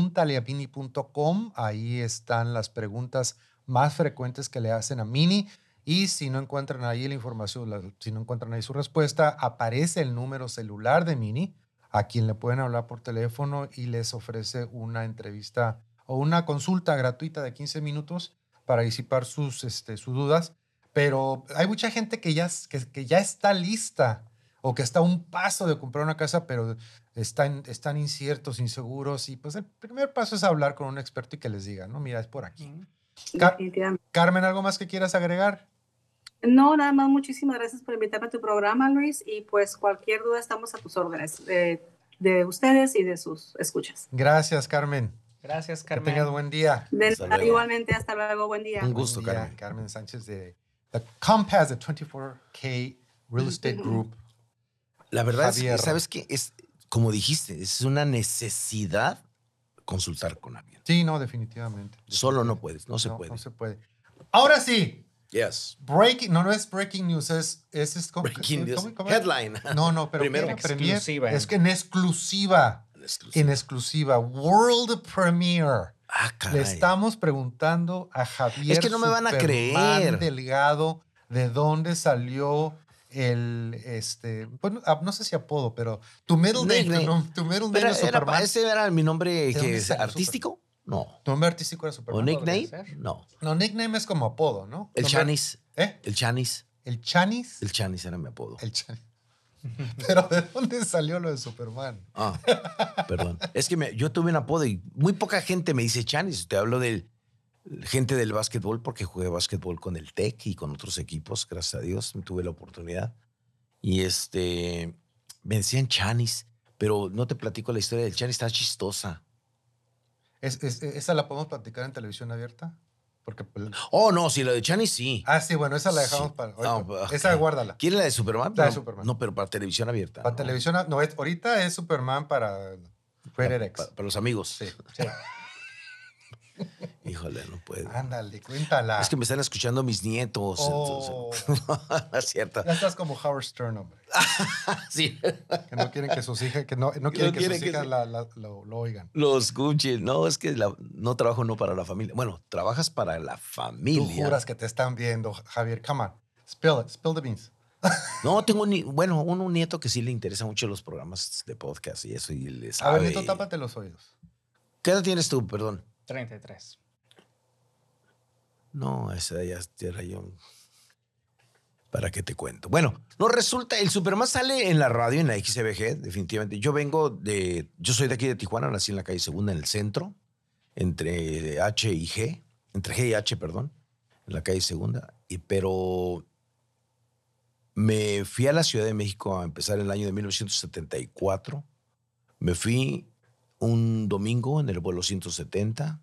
preguntaleamini.com. Ahí están las preguntas más frecuentes que le hacen a Mini. Y si no encuentran ahí la información, si no encuentran ahí su respuesta, aparece el número celular de Mini, a quien le pueden hablar por teléfono y les ofrece una entrevista o una consulta gratuita de 15 minutos para disipar sus dudas. Pero hay mucha gente que ya está lista o que está a un paso de comprar una casa, pero están inciertos, inseguros. Y pues el primer paso es hablar con un experto y que les diga, no, mira, es por aquí. Definitivamente. Carmen, ¿algo más que quieras agregar? No, nada más, muchísimas gracias por invitarme a tu programa, Luis. Y pues cualquier duda estamos a tus órdenes de ustedes y de sus escuchas. Gracias, Carmen. Gracias, Que Carmen. tengas buen día. Hasta luego. Igualmente, hasta luego, buen día. Un gusto, Buen día, Carmen. Carmen Sánchez de The Compass, de 24K Real Estate Group. La verdad es Javier. que, ¿sabes qué? Es, como dijiste, es una necesidad consultar con alguien. Sí, no, definitivamente. Solo no puedes, no se No puede. se puede. Ahora sí, Yes. no es breaking news, es Breaking news. ¿cómo? Headline. No, pero Primero. ¿qué? Exclusiva. Es que en exclusiva. En exclusiva. World Premiere. Ah, caray. Le estamos preguntando a Javier Es que no me van a Superman creer. Delgado de dónde salió pues, no sé si apodo, pero tu middle name, Nickname. tu middle Pero name es Superman. ¿ese era mi nombre ¿De dónde que salió artístico? No. Tu nombre artístico era ¿O Superman. nickname? podría ser. No. No, nickname es como apodo, ¿no? El Nombre- Chanis. ¿Eh? El Chanis. ¿El Chanis? El Chanis era mi apodo. El Chanis. Pero ¿de dónde salió lo de Superman? Ah, perdón. Es que yo tuve un apodo y muy poca gente me dice Chanis. Te hablo de gente del básquetbol porque jugué básquetbol con el TEC y con otros equipos. Gracias a Dios tuve la oportunidad. Y me decían Chanis, pero no te platico la historia del Chanis, está chistosa. ¿Esa la podemos platicar en televisión abierta? Porque, pues, Oh, no, sí, la de Chanis sí. sí, bueno, esa la dejamos Sí. para... No, ahorita. ok. Esa guárdala. ¿Quiere la de Superman? La de No, Superman. No, pero para televisión abierta. Para ¿no? televisión, no, ahorita es Superman para Rated X. Para los amigos. Sí, sí. Híjole, no puedo. Ándale, cuéntala. Es que me están escuchando mis nietos. Oh. Entonces, no es cierto. Ya estás como Howard Stern, hombre. Sí. Que no quieren que sus hijas, no quieren que sus hijas lo oigan. Lo escuchen. No, es que no trabajo no para la familia. Bueno, trabajas para la Tú familia. juras que te están viendo, Javier. Come on, spill the beans. No, tengo un nieto que sí le interesa mucho los programas de podcast y eso, y le A sabe. ver, Neto, tápate los oídos. ¿Qué edad tienes tú? Perdón. 33. No, esa ya era yo. ¿Para qué te cuento? Bueno, no resulta, el Superman sale en la radio, en la XBG, definitivamente. Yo soy de aquí de Tijuana, nací en la calle Segunda, en el centro. entre H y G, entre G y H, perdón, en la calle Segunda. Pero me fui a la Ciudad de México a empezar el año de 1974. Me fui un domingo en el vuelo 170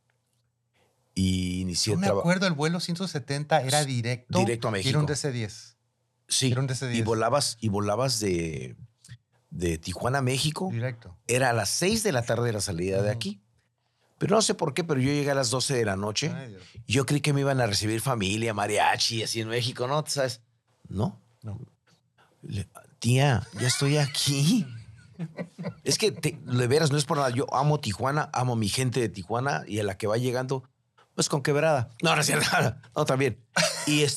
y inicié Yo me trabajo. acuerdo, el vuelo 170 era directo. Directo a Y México. era un DC-10. Sí, Era un DC-10. y volabas de Tijuana a México. Directo. Era a las 6 de la tarde la salida de aquí. Pero no sé por qué, pero yo llegué a las 12 de la noche. Ay, Dios. Y yo creí que me iban a recibir familia, mariachi, así en México, ¿no? ¿Sabes? No. No. Tía, ya estoy aquí. Es que, de veras, no es por nada. Yo amo Tijuana, amo a mi gente de Tijuana y a la que va llegando, pues con quebrada. No, no es cierto. No, también. Y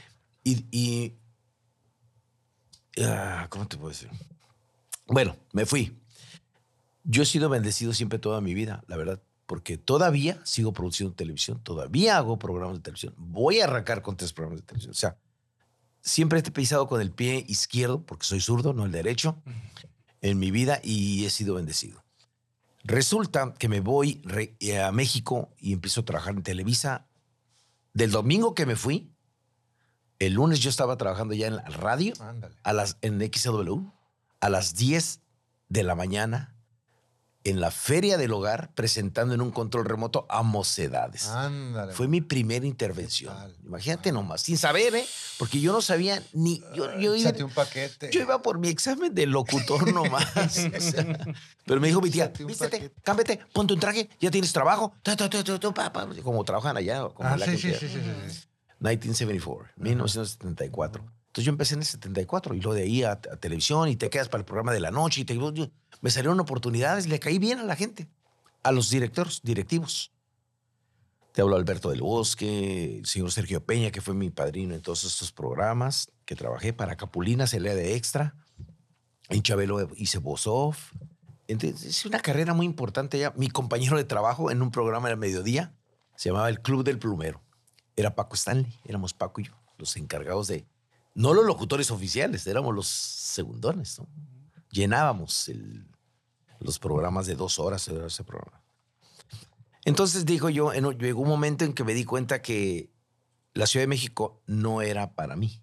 ¿cómo te puedo decir? Bueno, me fui. Yo he sido bendecido siempre toda mi vida, la verdad, porque todavía sigo produciendo televisión, todavía hago programas de televisión. Voy a arrancar con 3 programas de televisión. O sea, siempre he pisado con el pie izquierdo, porque soy zurdo, no el derecho, en mi vida y he sido bendecido. Resulta que me voy a México y empiezo a trabajar en Televisa. Del domingo que me fui, el lunes yo estaba trabajando ya en la radio, Ándale. en XW, a las 10 de la mañana, en la Feria del Hogar, presentando en un control remoto a Mocedades. Ándale. Fue mi primera intervención. ¿Qué tal? Imagínate nomás, sin saber, porque yo no sabía ni... Yo Échate un paquete. yo iba por mi examen de locutor nomás. O sea, pero me dijo mi tía, Échate un vístete, paquete. cámbiate, ponte un traje, ya tienes trabajo. Como trabajan allá. Como en la Sí, que sí, sea. sí, sí, sí. 1974, 1974. Entonces yo empecé en el 74 y luego de ahí a televisión y te quedas para el programa de la noche. Me salieron oportunidades, le caí bien a la gente, a los directivos. Te hablo Alberto del Bosque, el señor Sergio Peña, que fue mi padrino en todos estos programas, que trabajé para Capulina, salía de extra. En Chabelo hice voz off. Entonces, es una carrera muy importante ya. Mi compañero de trabajo en un programa del mediodía se llamaba El Club del Plumero. Era Paco Stanley, éramos Paco y yo, los encargados de... No los locutores oficiales, éramos los segundones, ¿no? Llenábamos los programas de 2 horas, era ese programa. Entonces, digo yo, llegó un momento en que me di cuenta que la Ciudad de México no era para mí.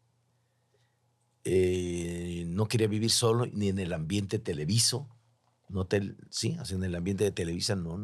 No quería vivir solo ni en el ambiente televiso. Sí, así en el ambiente de Televisa no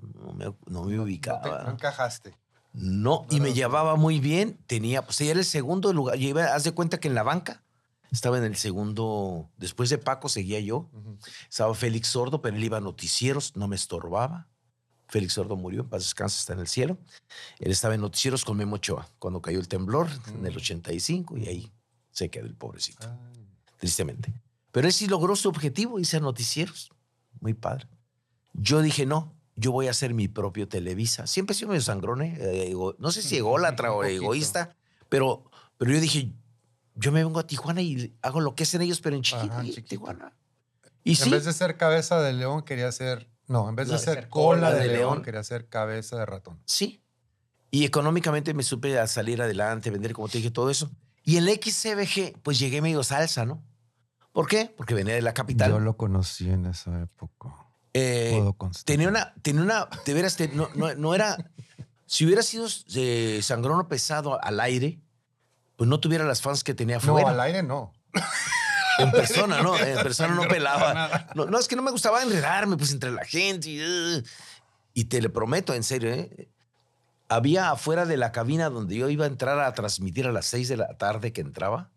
me ubicaba. No encajaste. No, y me llevaba muy bien. Pues era el segundo lugar. Haz de cuenta que en la banca estaba en el segundo. Después de Paco seguía yo. Estaba Félix Sordo, pero él iba a noticieros, no me estorbaba. Félix Sordo murió, en paz descanse, está en el cielo. Él estaba en noticieros con Memo Ochoa cuando cayó el temblor en el 85 y ahí se quedó el pobrecito, tristemente. Pero él sí logró su objetivo, irse a noticieros. Muy padre. Yo dije, no, yo voy a hacer mi propio Televisa. Siempre he sido medio sangrón, no sé si ególatra o egoísta, pero yo dije, yo me vengo a Tijuana y hago lo que hacen ellos, pero en chiquito. Ajá, Y chiquito. Tijuana. Y En sí, vez de ser cabeza de león, quería ser... No, en vez de No, ser ser cola cola de de león, león. quería ser cabeza de ratón. sí. Y económicamente me supe a salir adelante, vender, como te dije, todo eso. Y en la XCBG, pues llegué medio salsa, ¿no? ¿Por qué? Porque venía de la capital. Yo lo conocí en esa época. Puedo constatar. Tenía una, de veras, no era, si hubiera sido sangrón pesado al aire, pues no tuviera las fans que tenía No, afuera. al aire no. En persona, ¿no? En persona no pelaba. No, es que no me gustaba enredarme pues entre la gente. Y te le prometo, en serio, había afuera de la cabina donde yo iba a entrar a transmitir a las 6 de la tarde que entraba,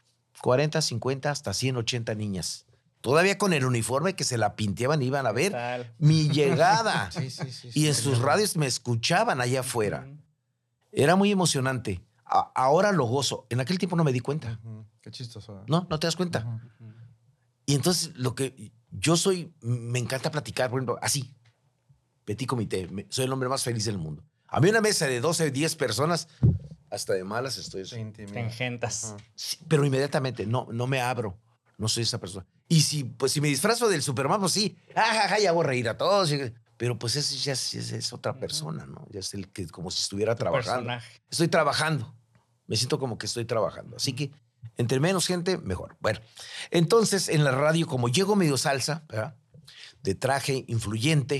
40, 50, hasta 180 niñas. Todavía con el uniforme que se la pinteaban, iban a ver Tal. mi llegada. Sí, sí, sí. Y en sus radios me escuchaban allá afuera. Era muy emocionante. Ahora lo gozo. En aquel tiempo no me di cuenta. Qué chistoso. No te das cuenta. Y entonces lo que yo soy, me encanta platicar, por ejemplo, así. Petit comité. Soy el hombre más feliz del mundo. A mí una mesa de 12, 10 personas, hasta de malas estoy. Te intimida. Te engentas. Sí, pero inmediatamente no me abro. No soy esa persona. Y si me disfrazo del Superman, pues sí, y hago reír a todos. Pero pues ese ya es otra persona, ¿no? Ya es el que como si estuviera trabajando. Personaje. Estoy trabajando. Me siento como que estoy trabajando. Así que entre menos gente, mejor. Bueno, entonces en la radio, como llego medio salsa, ¿verdad? De traje influyente,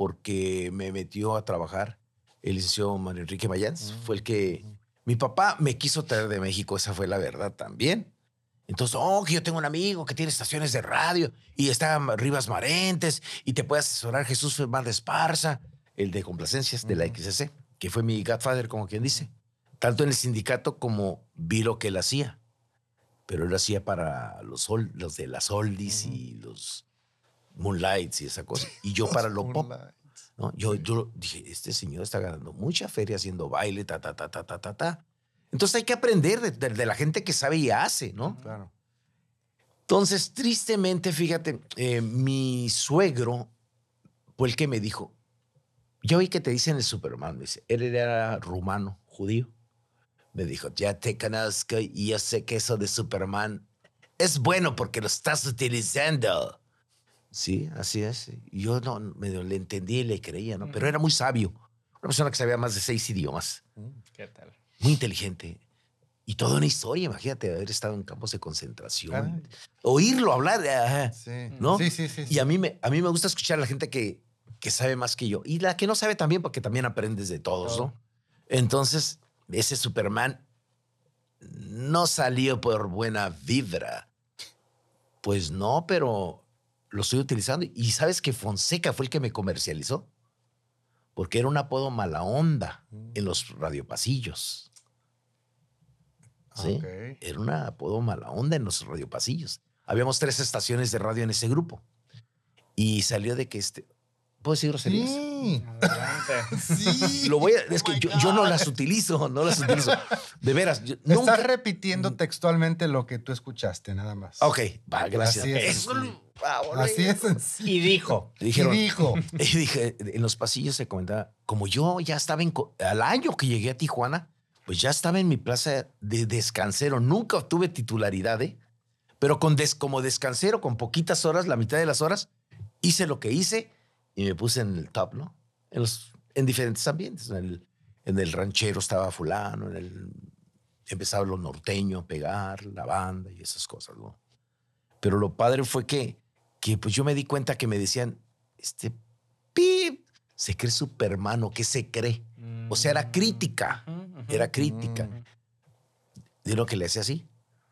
porque me metió a trabajar el licenciado Mario Enrique Mayans. Fue el que... Mi papá me quiso traer de México, esa fue la verdad también. Entonces, que yo tengo un amigo que tiene estaciones de radio y está Rivas Marentes y te puede asesorar Jesús Fernández Esparza, el de complacencias de la XCC, que fue mi godfather, como quien dice. Tanto en el sindicato como vi lo que él hacía. Pero él lo hacía para los de las oldies y los moonlights y esa cosa. Y yo para lo pop. ¿No? Yo dije, este señor está ganando mucha feria haciendo baile, ta. Entonces hay que aprender de la gente que sabe y hace, ¿no? Claro. Entonces, tristemente, fíjate, mi suegro fue el que me dijo, yo oí que te dicen el Superman. Me dice, él era rumano, judío. Me dijo, ya te conozco y yo sé que eso de Superman es bueno porque lo estás utilizando. Sí, así es. Y yo no, medio le entendí y le creía, ¿no? Pero era muy sabio. Una persona que sabía más de 6 idiomas. ¿Qué tal? Muy inteligente. Y toda una historia, imagínate, haber estado en campos de concentración. Ay. Oírlo hablar, Sí. ¿no? Sí. Y a mí me gusta escuchar a la gente que sabe más que yo. Y la que no sabe también, porque también aprendes de todos, ¿no? Entonces, ese Superman no salió por buena vibra. Pues no, pero lo estoy utilizando. Y ¿sabes que Fonseca fue el que me comercializó? Porque era un apodo mala onda en los radiopasillos. ¿Sí? Ok. Era un apodo mala onda en los radiopasillos. Habíamos 3 estaciones de radio en ese grupo. Y salió de que ¿puedo decir groserías? Sí. Adelante. Sí. Es que yo no las utilizo, De veras. Estás repitiendo textualmente lo que tú escuchaste, nada más. Ok, va, gracias. Así es Eso sencillo. favor, Así es sencillo. Y dijo. Dijeron, Y dijo. y dije, en los pasillos se comentaba, como yo ya estaba al año que llegué a Tijuana, pues ya estaba en mi plaza de descansero. Nunca obtuve titularidad, pero como descansero, con poquitas horas, la mitad de las horas, hice lo que hice y me puse en el top, ¿no? En diferentes ambientes. En el ranchero estaba fulano, empezaba lo norteño a pegar, la banda y esas cosas, ¿no? Pero lo padre fue que pues yo me di cuenta que me decían, pip, se cree Superman, ¿o qué se cree? O sea, era crítica. Era crítica. ¿De lo que le hacía así?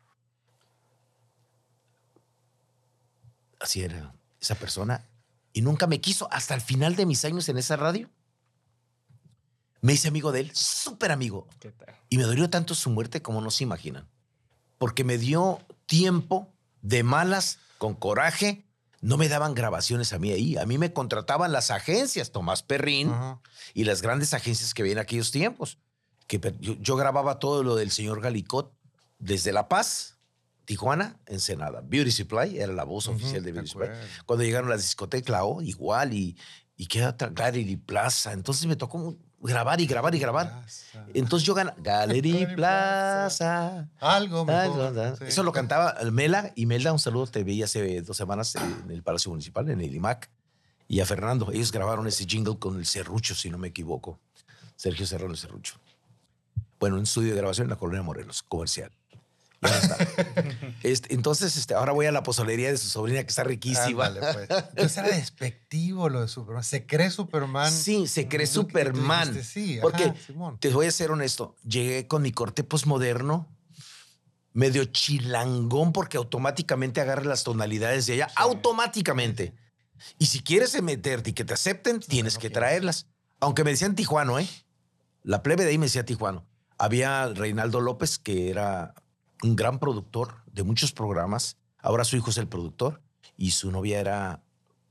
Así era esa persona. Y nunca me quiso. Hasta el final de mis años en esa radio, me hice amigo de él, súper amigo. ¿Qué tal? Y me dolió tanto su muerte como no se imaginan. Porque me dio tiempo de malas, con coraje. No me daban grabaciones a mí ahí. A mí me contrataban las agencias, Tomás Perrín, y las grandes agencias que había en aquellos tiempos. Yo grababa todo lo del señor Galicot desde La Paz, Tijuana, Ensenada. Beauty Supply era la voz oficial de Beauty Supply. Cuando llegaron las discotecas, igual, y queda Gallery Plaza. Entonces me tocó grabar. Entonces yo ganaba Gallery Plaza. Algo mejor. Sí. Eso lo cantaba Mela. Y Melda, un saludo, te vi hace 2 semanas en el Palacio Municipal, en el IMAC. Y a Fernando. Ellos grabaron ese jingle con el Serrucho, si no me equivoco. Sergio Serrano Serrucho. Bueno, un estudio de grabación en la Colonia Morelos, comercial. Ya está. Entonces, ahora voy a la pozolería de su sobrina, que está riquísima. Ándale, pues. Entonces era despectivo lo de Superman. ¿Se cree Superman? Sí, se cree Superman. Sí, porque, Simón. te voy a ser honesto, llegué con mi corte postmoderno, medio chilangón, porque automáticamente agarra las tonalidades de ella. Sí. Automáticamente. Y si quieres meterte y que te acepten, tienes que traerlas. Aunque me decían tijuano, La plebe de ahí me decía tijuano. Había Reinaldo López, que era un gran productor de muchos programas. Ahora su hijo es el productor y su novia era,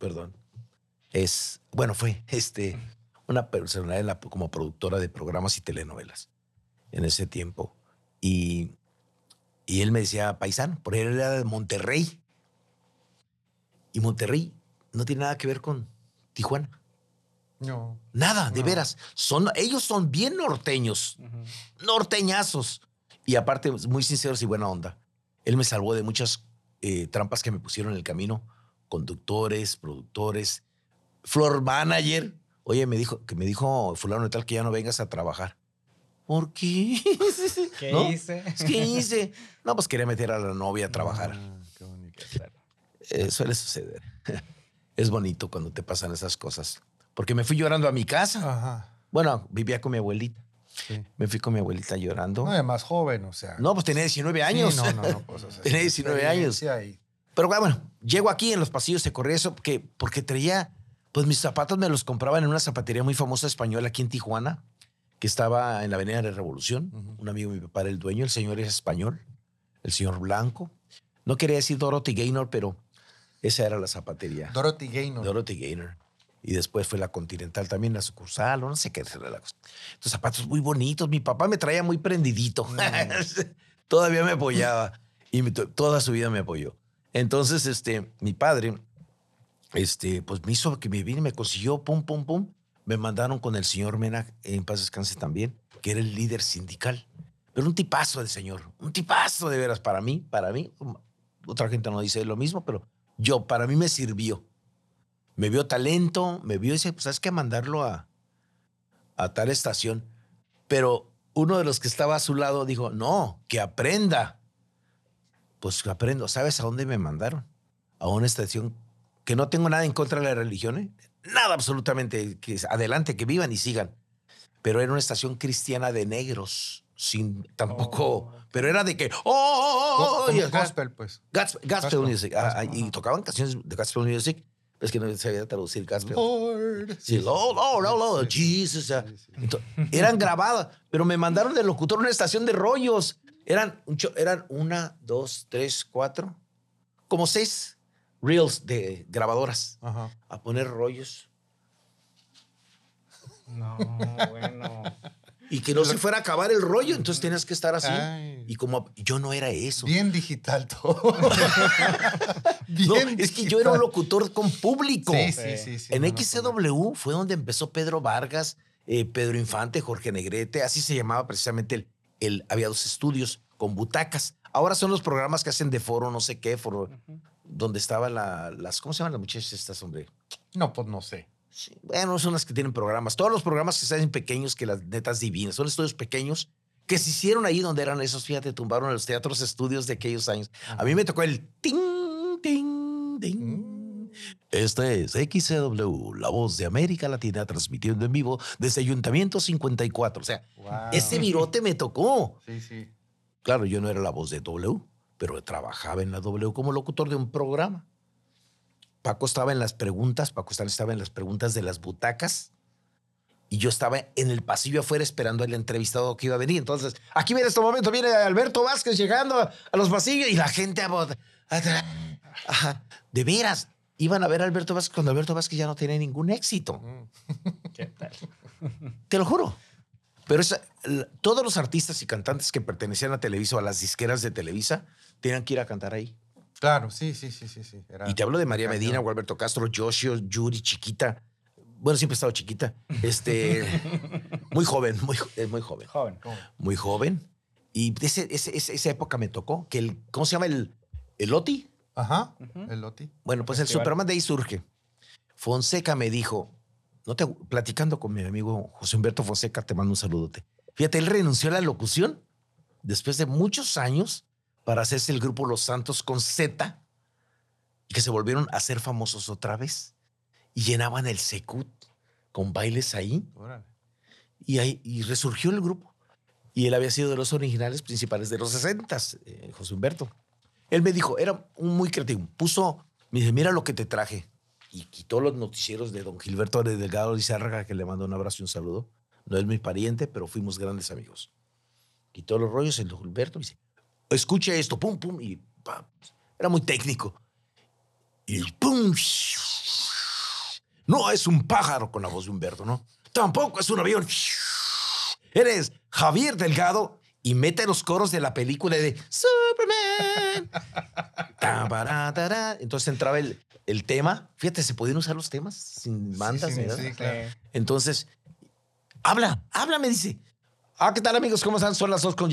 fue una personalidad como productora de programas y telenovelas en ese tiempo. Y él me decía paisano, porque él era de Monterrey. Y Monterrey no tiene nada que ver con Tijuana. No. Nada, de veras. Ellos son bien norteños, norteñazos. Y aparte, muy sinceros y buena onda. Él me salvó de muchas trampas que me pusieron en el camino. Conductores, productores, floor manager. Oye, me dijo fulano de tal que ya no vengas a trabajar. ¿Por qué? ¿Qué hice? ¿Qué hice? No, pues quería meter a la novia a trabajar. Qué bonito. Suele suceder. Es bonito cuando te pasan esas cosas. porque me fui llorando a mi casa. Ajá. Bueno, vivía con mi abuelita. Sí. Me fui con mi abuelita llorando. No, además joven, o sea. No, pues tenía 19 años. Sí, no, pues, o sea, Tenía es 19 años. experiencia y- Pero bueno, llego aquí en los pasillos de corría eso porque traía, pues mis zapatos me los compraban en una zapatería muy famosa española aquí en Tijuana, que estaba en la Avenida de la Revolución. Un amigo de mi papá era el dueño, el señor es español, el señor Blanco. No quería decir Dorothy Gaynor, pero esa era la zapatería. Dorothy Gaynor. Dorothy Gaynor. Y después fue la Continental también, la sucursal, o no sé qué era la cosa. Estos zapatos muy bonitos. Mi papá me traía muy prendidito. Todavía me apoyaba. Y toda su vida me apoyó. Entonces, mi padre, pues me hizo que me vine, me consiguió, pum, pum, pum. Me mandaron con el señor Mena, en paz descanse también, que era el líder sindical. Pero un tipazo el señor, un tipazo de veras para mí. Otra gente no dice lo mismo, pero para mí me sirvió. Me vio talento, me vio y dice, pues, ¿sabes qué? Mandarlo a tal estación. Pero uno de los que estaba a su lado dijo, no, que aprenda. Pues aprendo. ¿Sabes a dónde me mandaron? A una estación que no tengo nada en contra de la religión, ¿eh? Nada absolutamente. Adelante, que vivan y sigan. Pero era una estación cristiana de negros. Sin tampoco... Pero era de que... Como y acá- gospel, pues. Gospel music. Gospel, Y ajá. tocaban canciones de gospel music. Es que no sabía traducir gospel. Lord. Sí, Lord, Jesus. Sí, sí. Eran grabadas, pero me mandaron de locutor a una estación de rollos. Eran 1, 2, 3, 4, como 6 reels de grabadoras Ajá. a poner rollos. No, bueno. Y que no se fuera a acabar el rollo, entonces tenías que estar así. Ay. Y como yo no era eso. Bien digital todo. No, Bien es que yo era un locutor con público. Sí. En no, XCW fue donde empezó Pedro Vargas, Pedro Infante, Jorge Negrete, así se llamaba precisamente había 2 estudios con butacas. Ahora son los programas que hacen de foro, no sé qué, foro, donde estaban ¿cómo se llaman las muchachas estas, hombre? No, pues no sé. Sí, bueno, son las que tienen programas. Todos los programas que se hacen pequeños, que las netas divinas, son estudios pequeños que se hicieron ahí donde eran esos, fíjate, tumbaron los teatros estudios de aquellos años. A mí me tocó el ting, ting, ting. Este es XCW, la voz de América Latina, transmitiendo en vivo desde Ayuntamiento 54. O sea, Wow. ese virote me tocó. Sí. Claro, yo no era la voz de W, pero trabajaba en la W como locutor de un programa. Paco estaba en las preguntas, estaba en las preguntas de las butacas y yo estaba en el pasillo afuera esperando al entrevistado que iba a venir. Entonces, aquí viene este momento, viene Alberto Vázquez llegando a los pasillos y la gente ajá, de veras, iban a ver a Alberto Vázquez cuando Alberto Vázquez ya no tenía ningún éxito. ¿Qué tal? Te lo juro. Pero todos los artistas y cantantes que pertenecían a Televisa o a las disqueras de Televisa tenían que ir a cantar ahí. Claro, sí. Era Y te hablo de María cañón. Medina, Gualberto Castro, Yoshio, Yuri, chiquita. Bueno, siempre he estado chiquita. Muy joven, muy joven. Joven. Muy joven. Y esa época me tocó. ¿Cómo se llama el Oti? Ajá, el Loti. Bueno, pues el Festival. Superman de ahí surge. Fonseca me dijo, platicando con mi amigo José Humberto Fonseca, te mando un saludote. Fíjate, él renunció a la locución después de muchos años para hacerse el grupo Los Santos con Z y que se volvieron a ser famosos otra vez y llenaban el Secut con bailes ahí Órale. y resurgió el grupo. Y él había sido de los originales principales de los 60s, José Humberto. Él me dijo, era muy creativo, me dice, mira lo que te traje. Y quitó los noticieros de don Gilberto Delgado Lizárraga, que le mando un abrazo y un saludo. No es mi pariente, pero fuimos grandes amigos. Quitó los rollos el don Gilberto y dice, escuche esto, pum, pum, y pam. Era muy técnico. Y pum. No es un pájaro con la voz de Humberto, ¿no? Tampoco es un avión. Eres Javier Delgado y mete los coros de la película de Superman. Entonces entraba el tema. Fíjate, se podían usar los temas sin bandas. sí, ¿verdad? sí, claro. Entonces, habla, me dice. ¿Qué tal, amigos? ¿Cómo están? Son las 2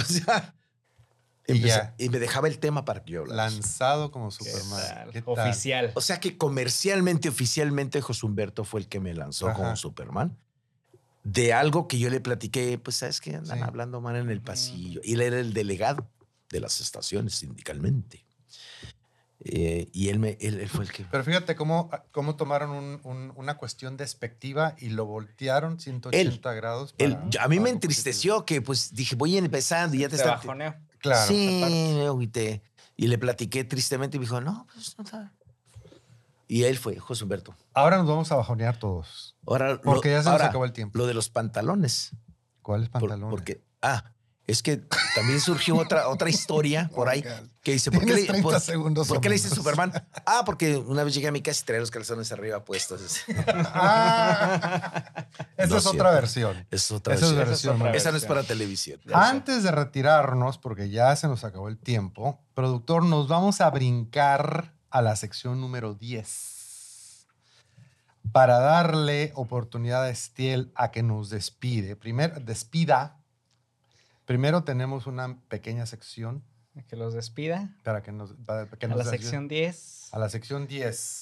y me dejaba el tema para que yo hablara. Lanzado como ¿Qué Superman. tal? ¿Qué tal? Oficial. O sea que comercialmente, oficialmente, José Humberto fue el que me lanzó Ajá. como Superman. De algo que yo le platiqué, pues, ¿sabes qué? Andan Sí. hablando mal en el pasillo. Y él era el delegado de las estaciones sindicalmente. Y él fue el que... Pero fíjate cómo tomaron una cuestión despectiva y lo voltearon 180 grados. A mí me entristeció que pues dije, voy empezando y ya te Te está... bajoneó. Claro. Sí, me agüité. Y le platiqué tristemente y me dijo, no, pues no está. Y él fue, José Humberto. Ahora nos vamos a bajonear todos. Ahora, Porque ya se nos acabó el tiempo. Lo de los pantalones. ¿Cuáles pantalones? Porque, es que también surgió otra historia por ahí que dice, ¿por qué Tienes 30 segundos ¿por o qué le dice menos. Superman? Porque una vez llegué a mi casa y traía los calzones arriba puestos. Esa No es es otra cierto. versión. Es otra Esa es versión. versión. otra Esa no es versión. para televisión. Antes de retirarnos, porque ya se nos acabó el tiempo, productor, nos vamos a brincar a la sección número 10 para darle oportunidad a Estiel a que nos despida. Primero tenemos una pequeña sección Que los despida. para que nos A la sección 10. a la sección 10.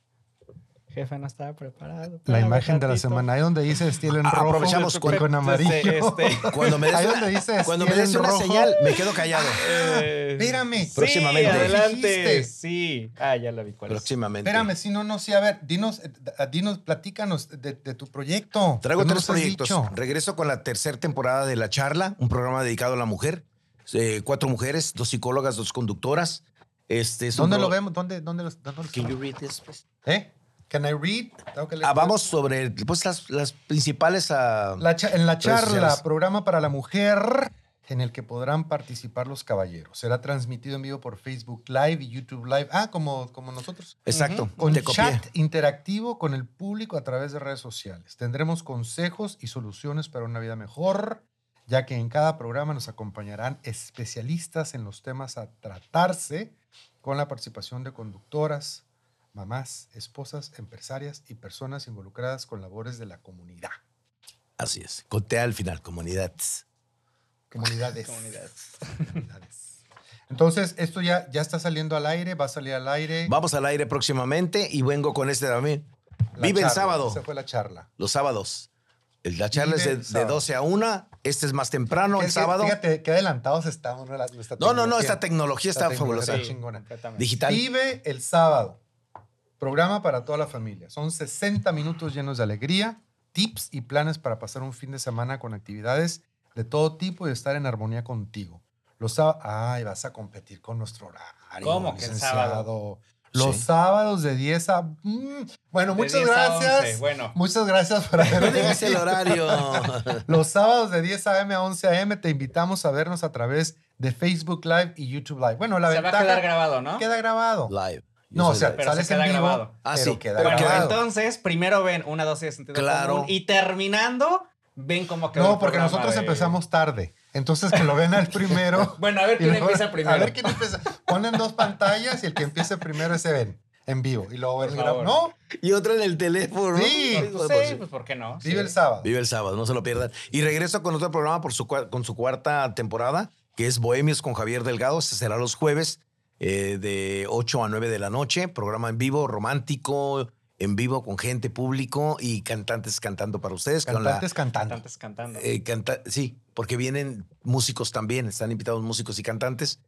Jefe no estaba preparado. La Espérame imagen de la tantito. semana. Ahí donde dice Estiel en rojo Aprovechamos y con amarillo. Cuando me des Ahí una, donde dice cuando me Estiel des en una rojo. señal, me quedo callado. Espérame. Próximamente. Sí, adelante. Dijiste. Sí. Ya la vi cuál es. Próximamente. Espérame, si no, sí, a ver, dinos, platícanos de tu proyecto. Traigo ¿Qué 3 nos has proyectos. dicho? Regreso con la tercera temporada de La Charla, un programa dedicado a la mujer. 4 mujeres, 2 psicólogas, 2 conductoras. Es un ¿Dónde pro- lo vemos? ¿Dónde lo Can you read this, please? ¿Eh? Can I read? Tengo que leer. Vamos sobre pues, las principales... En la redes charla, sociales. programa para la mujer, en el que podrán participar los caballeros. Será transmitido en vivo por Facebook Live y YouTube Live. Como nosotros. Exacto, Con te copié. chat interactivo con el público a través de redes sociales. Tendremos consejos y soluciones para una vida mejor, ya que en cada programa nos acompañarán especialistas en los temas a tratarse, con la participación de conductoras, mamás, esposas, empresarias y personas involucradas con labores de la comunidad. Así es. Conté al final, comunidad. Comunidades. Comunidades. Entonces, esto ya está saliendo al aire, va a salir al aire. Vamos al aire próximamente y vengo con este también. La Vive el charla, sábado, Esa fue la charla. los sábados. La charla Vive es el de sábado. 12 a 1. Este es más temprano, el Es que, sábado. Fíjate qué adelantados estamos. Nuestra No, esta tecnología está Esta fabulosa. tecnología chingona. Completamente. Digital. Vive el sábado. Programa para toda la familia. Son 60 minutos llenos de alegría, tips y planes para pasar un fin de semana con actividades de todo tipo y estar en armonía contigo. Vas a competir con nuestro horario. ¿Cómo que el sábado? Los Sí. sábados de 10 a... Bueno, De muchas 10 a gracias. 11, bueno. Muchas gracias por haber No digas el horario. Los sábados de 10 a.m. a 11 a.m. te invitamos a vernos a través de Facebook Live y YouTube Live. Bueno, la Se va ventaja... a quedar grabado, ¿no? Queda grabado. Live. Yo No, o soy sea, live. Pero sales se en queda vivo, grabado. Ah, pero sí, queda pero Bueno, grabado. entonces primero ven una dosis de sentido Claro. común y terminando ven cómo quedó No, el porque programa nosotros de- empezamos tarde. Entonces, que lo ven al primero. Bueno, a ver y quién luego- empieza primero. A ver quién empieza. Ponen 2 pantallas y el que empiece primero ese ven en vivo. Y luego ven Por grabado. favor. No, Y otra en el teléfono. Sí. ¿no? Pues sí, pues ¿por qué no? vive Sí. el sábado. Vive el sábado, no se lo pierdan. Y regreso con otro programa con su 4ª temporada, que es Bohemios con Javier Delgado. Este será los jueves de 8 a 9 de la noche. Programa en vivo, romántico, en vivo con gente, público y cantantes cantando para ustedes. con la- Cantantes cantando. Cantantes cantando. sí, porque vienen músicos también, están invitados músicos y cantantes.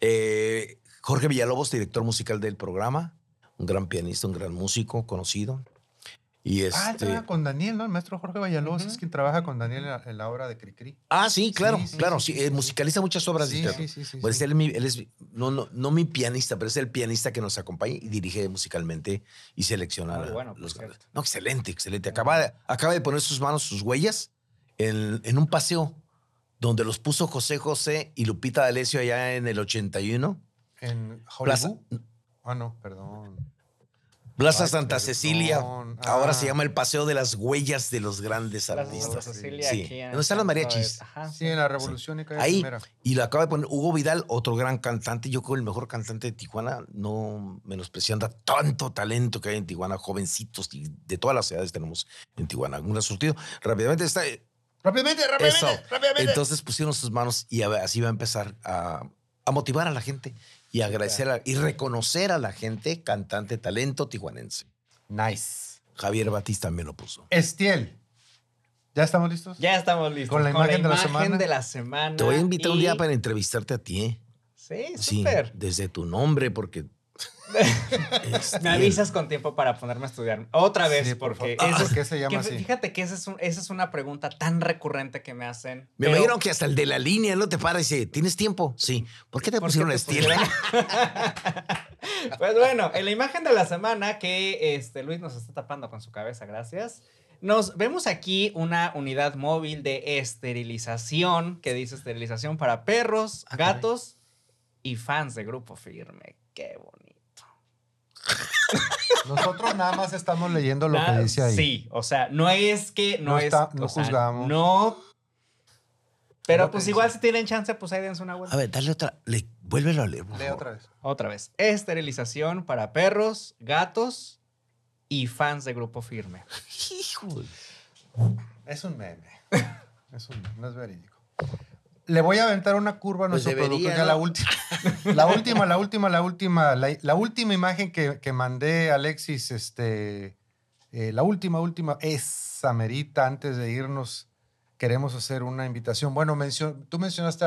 Jorge Villalobos, director musical del programa, un gran pianista, un gran músico conocido. Y Él trabaja con Daniel, ¿no? El maestro Jorge Villalobos es quien trabaja con Daniel en la obra de Cricri. sí, claro, Sí, sí, claro, sí, sí, sí, sí. musicaliza muchas obras de Sí, teatro. sí. Pues sí. él es no mi pianista, pero es el pianista que nos acompaña y dirige musicalmente y selecciona Muy bueno, por los cierto. No, excelente. Acaba de poner sus manos, sus huellas en un paseo donde los puso José José y Lupita D'Alessio allá en el 81. En Plaza, Hollywood. No, perdón. Plaza Ay, Santa perdón. Cecilia. Ah. Ahora se llama el Paseo de las Huellas de los Grandes Plaza Artistas. Santa Cecilia, Sí. aquí en ¿Dónde están los el centro mariachis? de- Ajá, Sí, en la Revolución y Calle Ahí, Primera. y lo acaba de poner Hugo Vidal, otro gran cantante, yo creo el mejor cantante de Tijuana, no menospreciando tanto talento que hay en Tijuana, jovencitos y de todas las edades tenemos en Tijuana. Un surtido. Rápidamente está... Rápidamente. Eso. Entonces pusieron sus manos y así va a empezar a motivar a la gente y agradecer y reconocer a la gente, cantante, talento tijuanense. Nice. Javier Batista también lo puso. Estiel. ¿Ya estamos listos? Ya estamos listos. Con la imagen de la semana. de la semana. Te voy a invitar un y- día para entrevistarte a ti, ¿eh? Sí, Sí, súper. desde tu nombre, porque Me avisas con tiempo para ponerme a estudiar. Otra vez, Sí, por porque favor. eso ¿Por qué se llama que así? Fíjate que esa es una pregunta tan recurrente que me hacen. Me pero- imagino que hasta el de la línea no te para y dice, ¿tienes tiempo? Sí. ¿Por qué te ¿Por pusieron qué te estilo? Pues bueno, en la imagen de la semana que Luis nos está tapando con su cabeza, gracias. Nos vemos aquí una unidad móvil de esterilización que dice esterilización para perros, Ah, caray. gatos y fans de Grupo Firme. Qué bonito. Nosotros nada más estamos leyendo lo que dice ahí. Sí, o sea, no es que No juzgamos. No. Pero Lo que pues dice. igual si tienen chance, pues ahí dense una vuelta. A ver, dale otra. Vuélvelo a leer, por Lee favor. otra vez. Otra vez. Esterilización para perros, gatos y fans de Grupo Firme. Hijo. Es un meme. No es verídico. Le voy a aventar una curva a Pues nuestro debería, productor. Que ¿no? la última imagen que mandé, Alexis, la última, esa merita, antes de irnos, queremos hacer una invitación. Bueno, tú mencionaste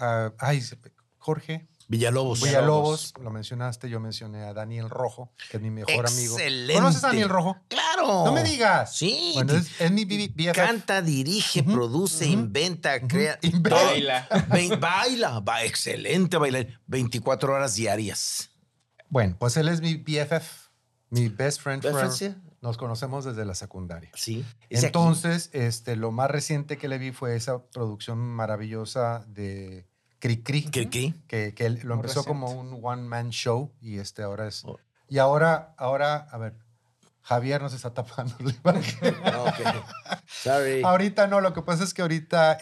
Jorge Villalobos. Villalobos, lo mencionaste, yo mencioné a Daniel Rojo, que es mi mejor amigo. Excelente. ¿Conoces a Daniel Rojo? ¡Claro! No me digas. Sí. Bueno, es mi BFF. Canta, dirige, Ujú, produce, ujú, inventa, ujú. crea. Inventa. todo. Baila. Va excelente bailar. 24 horas diarias. Bueno, pues él es mi BFF, mi best friend Best forever. friend, sí. Nos conocemos desde la secundaria. Sí. Es de aquí. Entonces, lo más reciente que le vi fue esa producción maravillosa de Cricri, ¿Qué? que él lo Muy empezó reciente. como un one-man show y ahora es... Oh. Y ahora, a ver, Javier nos está tapando la imagen. Ok. Sorry. Ahorita no, lo que pasa es que ahorita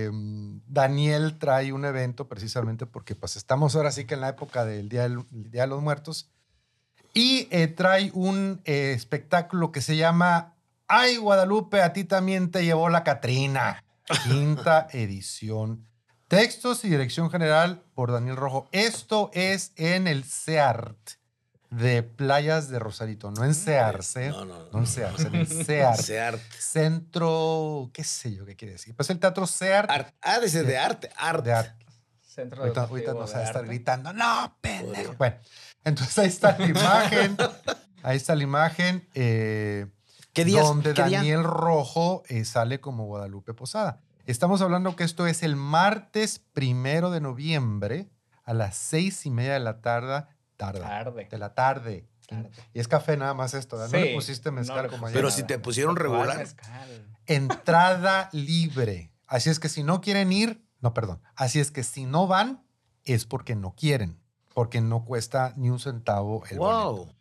Daniel trae un evento precisamente porque pues estamos ahora sí que en la época del Día de los Muertos y trae un espectáculo que se llama Ay, Guadalupe, a ti también te llevó la Catrina. 5ª edición. Textos y dirección general por Daniel Rojo. Esto es en el CEART de Playas de Rosarito, no en Searse, No. en Searse, en el CEART. Seart. Centro, qué sé yo qué quiere decir. Pues el teatro CEART De ser de arte. de arte. Centro Ahorita Educativo nos de va a estar Arte. gritando, no, pendejo. Bueno, entonces ahí está la imagen. Ahí está la imagen. ¿Qué días? Donde ¿Qué día? Daniel Rojo sale como Guadalupe Posada. Estamos hablando que esto es el martes 1 de noviembre a las 6:30 de la tarde. Tarde. De la tarde. Tarde. Y es café nada más esto. ¿No Sí, le pusiste mezcal no le como puse ayer? Pero nada. si te pusieron ¿Cuál regular. mezcal? Entrada libre. Así es que si no quieren ir, Así es que si no van, es porque no quieren. Porque no cuesta ni un centavo el boleto. Wow.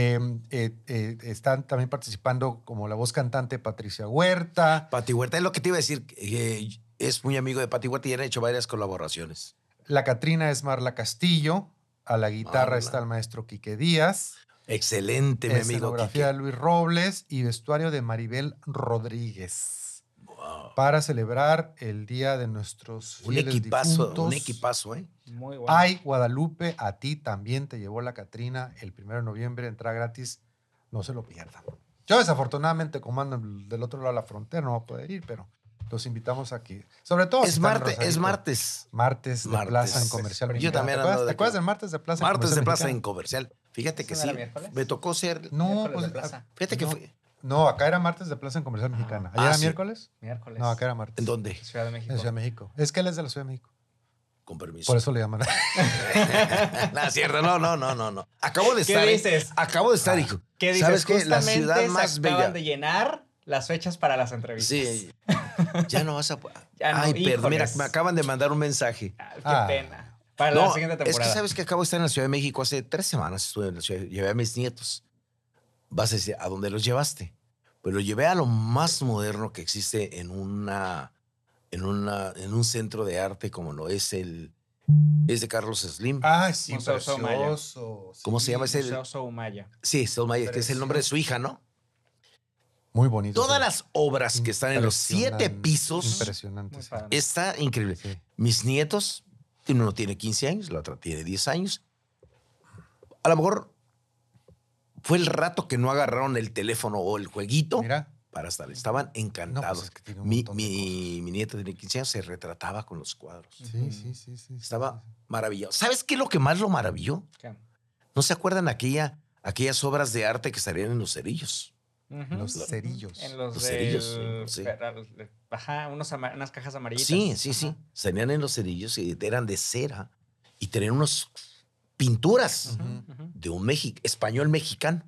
Están también participando como la voz cantante Patricia Huerta. Pati Huerta es lo que te iba a decir. Es muy amigo de Pati Huerta y han hecho varias colaboraciones. La Catrina es Marla Castillo. A la guitarra Marla. está el maestro Quique Díaz. Excelente, mi amigo. Escenografía de Quique. Luis Robles y vestuario de Maribel Rodríguez. Wow. Para celebrar el día de nuestros Un fieles equipazo, difuntos. un equipazo, ¿eh? Muy bueno. Ay, Guadalupe, a ti también te llevó la Catrina el 1 de noviembre, entrada gratis, no se lo pierdan. Yo desafortunadamente, como ando del otro lado de la frontera, no voy a poder ir, pero los invitamos aquí. Sobre todo si Es están en martes, es Rosarito. Martes. Martes de Martes. Plaza en Comercial Yo Mexicana. también ¿Te ando acuerdas, de ¿te acuerdas aquí. del Martes de Plaza en Martes de Comercial Plaza en Mexicana? Comercial. Fíjate que ¿Eso sí. no era miércoles? Me tocó ser. No, Miércoles pues, de Plaza. Fíjate que no. fue. No, acá era Martes de Plaza en Comercial Mexicana. ¿Allá Ah, era sí. miércoles? Miércoles. No, acá era martes. ¿En dónde? Ciudad de México. En Ciudad de México. Es que él es de la Ciudad de México. Con permiso. Por eso le llaman. No, es cierto. No. Acabo de ¿Qué estar. dices? Acabo de estar, hijo. ¿Qué dices? ¿Sabes qué? La Justamente ciudad más se acaban bella. de llenar las fechas para las entrevistas. Sí. Ya no vas a. Ya no, Ay, perdón. Mira, híjoles. me acaban de mandar un mensaje. Qué Ah. pena. Para la No, siguiente es temporada. que sabes que acabo de estar en la Ciudad de México hace 3 semanas. Estuve en la ciudad, llevé a mis nietos. Vas a decir, ¿a dónde los llevaste? Pues los llevé a lo más moderno que existe en un centro de arte como lo es es de Carlos Slim. Ah, sí, Museo Soumaya. precioso. ¿Cómo se llama ese? Museo Soumaya. Sí, Soumaya, que es el nombre de su hija, ¿no? Muy bonito. Todas sí. las obras que están en los 7 Impresionante, pisos Impresionante. Muy sí. padre. está increíble. Sí. Mis nietos, uno tiene 15 años, la otra tiene 10 años. A lo mejor fue el rato que no agarraron el teléfono o el jueguito Mira, para estar. Estaban encantados. es que tiene un mi, montón de mi nieto tiene 15 años, se retrataba con los cuadros. sí. Estaba maravilloso. ¿Sabes qué es lo que más lo maravilló? ¿Qué? ¿No se acuerdan aquellas obras de arte que salían en los cerillos? Los cerillos. En los Los del cerillos, sí. Ajá, unas cajas amarillitas. Sí. Ajá. Salían en los cerillos y eran de cera y tenían unas pinturas Ujú. de un español mexicano.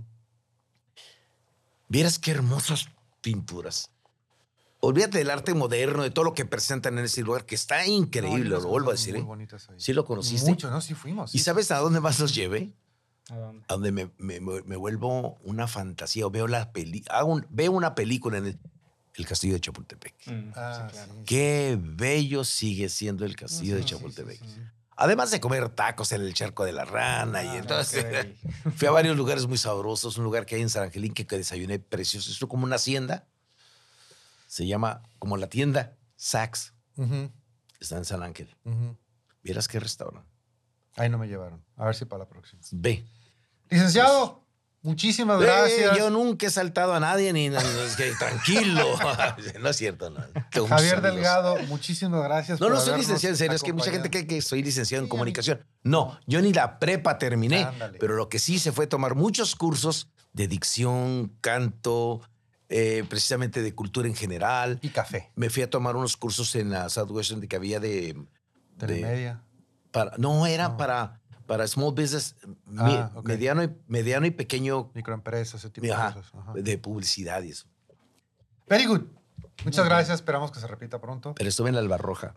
Vieras qué hermosas pinturas. Olvídate del arte moderno, de todo lo que presentan en ese lugar, que está increíble, lo vuelvo a decir. Muy ¿eh? bonitas ahí. ¿Sí lo conociste? Mucho, ¿no? Sí fuimos. ¿Y sabes a dónde más los llevé? ¿A dónde? A donde me vuelvo una fantasía o veo veo una película en el Castillo de Chapultepec. Ah, Sí, claro. sí. Qué bello sigue siendo el Castillo de Sí, Chapultepec. sí. Además de comer tacos en el Charco de la Rana y entonces Ok. fui a varios lugares muy sabrosos. Un lugar que hay en San Angelín que desayuné precioso. Es como una hacienda. Se llama como la tienda Saks. Ujú, Está en San Ángel. ujú. Vieras qué restaurante. Ahí no me llevaron. A ver si para la próxima. Ve. Licenciado, muchísimas gracias. Yo nunca he saltado a nadie ni es que tranquilo. No es cierto, no. Tengo muchos Javier amigos. Delgado, muchísimas gracias. No, por no soy habernos licenciado en serio. Es que mucha gente acompañado. cree que soy licenciado en Sí, comunicación. No, yo ni la prepa terminé. Ándale. Pero lo que sí se fue tomar muchos cursos de dicción, canto, precisamente de cultura en general. Y café. Me fui a tomar unos cursos en la Southwestern que había de Telemedia. era para small business, Ok. mediano y pequeño, Microempresas, ese tipo de ajá, cosas. Ajá. de publicidad y eso. Very good. Muchas gracias. Esperamos que se repita pronto. Pero estuve en la Albarroja.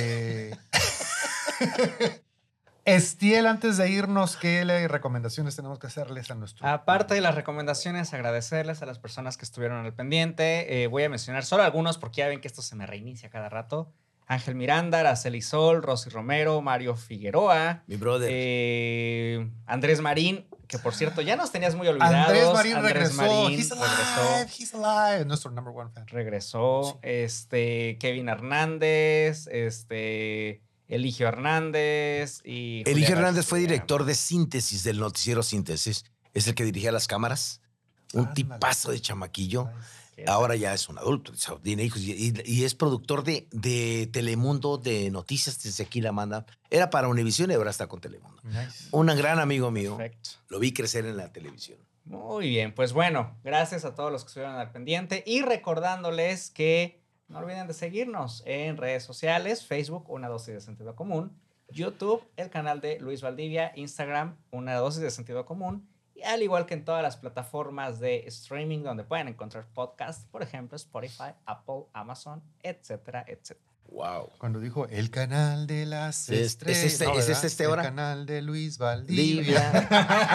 Estiel, antes de irnos, ¿qué recomendaciones tenemos que hacerles a nuestro? Aparte de las recomendaciones, agradecerles a las personas que estuvieron al pendiente. Voy a mencionar solo algunos porque ya ven que esto se me reinicia cada rato. Ángel Miranda, Araceli Sol, Rosy Romero, Mario Figueroa, Mi brother. Andrés Marín, que por cierto ya nos tenías muy olvidados. Andrés Marín regresó. Marín He's alive. He's alive. Nuestro number one fan. regresó. Kevin Hernández, Eligio Hernández y Eligio Julián Hernández fue García. director de Síntesis, del noticiero Síntesis. Es el que dirigía las cámaras. Un Ándale. tipazo de chamaquillo. Qué Ahora ya es un adulto, tiene hijos y es productor de Telemundo, de noticias, desde aquí la manda. Era para Univisión y ahora está con Telemundo. Nice. Un gran amigo mío. Perfecto. Lo vi crecer en la televisión. Muy bien, pues bueno, gracias a todos los que estuvieron al pendiente y recordándoles que no olviden de seguirnos en redes sociales, Facebook, Una Dosis de Sentido Común, YouTube, el canal de Luis Valdivia, Instagram, Una Dosis de Sentido Común, y al igual que en todas las plataformas de streaming donde pueden encontrar podcasts, por ejemplo, Spotify, Apple, Amazon, etcétera, etcétera. Wow. Cuando dijo el canal de las ¿Es estrellas. este El ahora? canal de Luis Valdivia.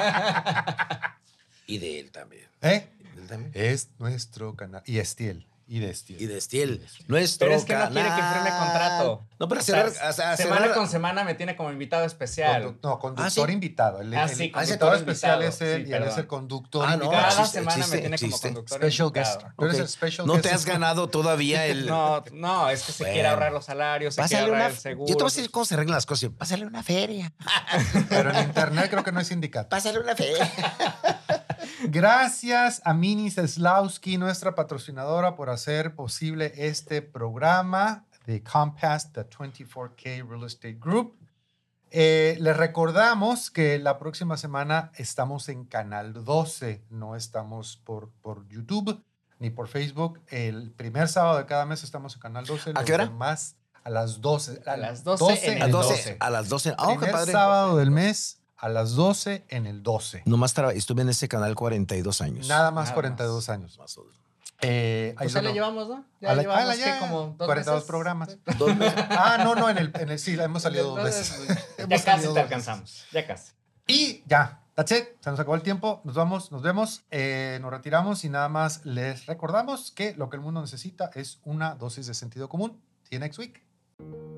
Y de él también. ¿Eh? De él también. Es nuestro canal. Y Estiel. Y de Estiel. Y de Estiel. Nuestro Pero es que no quiere que canal. firme contrato. No, pero O sea, cerrar, semana con semana me tiene como invitado especial. Conductor ¿sí? invitado. El Sí, invitado conductor especial invitado. es él Sí, y él es perdón. el conductor No, invitado. Cada existe, semana me tiene como existe. conductor Special invitado. guest. Tú eres Ok. el special No guest. te has ganado todavía el... No, es que se Bueno. quiere ahorrar los salarios, se quiere Pásale ahorrar una... el seguro. Yo te voy a decir cómo se arreglan las cosas. Pásale una feria. Pero en internet creo que no es sindicato. Pásale una feria. Gracias a Mini Zeslowski, nuestra patrocinadora, por hacer posible este programa de Compass, the 24K Real Estate Group. Les recordamos que la próxima semana estamos en Canal 12, no estamos por YouTube ni por Facebook. El primer sábado de cada mes estamos en Canal 12. ¿A qué hora? Más a las 12. A las 12 en A el 12. A las 12. Ah, qué Primer padre. sábado del mes a las 12 en el 12. Nomás estuve en ese canal 42 años. Nada más Nada 42 años. Más o menos. Ahí Pues ya le no. llevamos, ¿no? A Ya la- llevamos ya, que como 2 42 meses. programas. 2 meses. No, en el sí, hemos salido 2 veces. Ya Hemos casi salido te 2 alcanzamos. Ya casi. Y ya, that's it. Se nos acabó el tiempo. Nos vamos, nos vemos, nos retiramos y nada más les recordamos que lo que el mundo necesita es una dosis de sentido común. See you next week.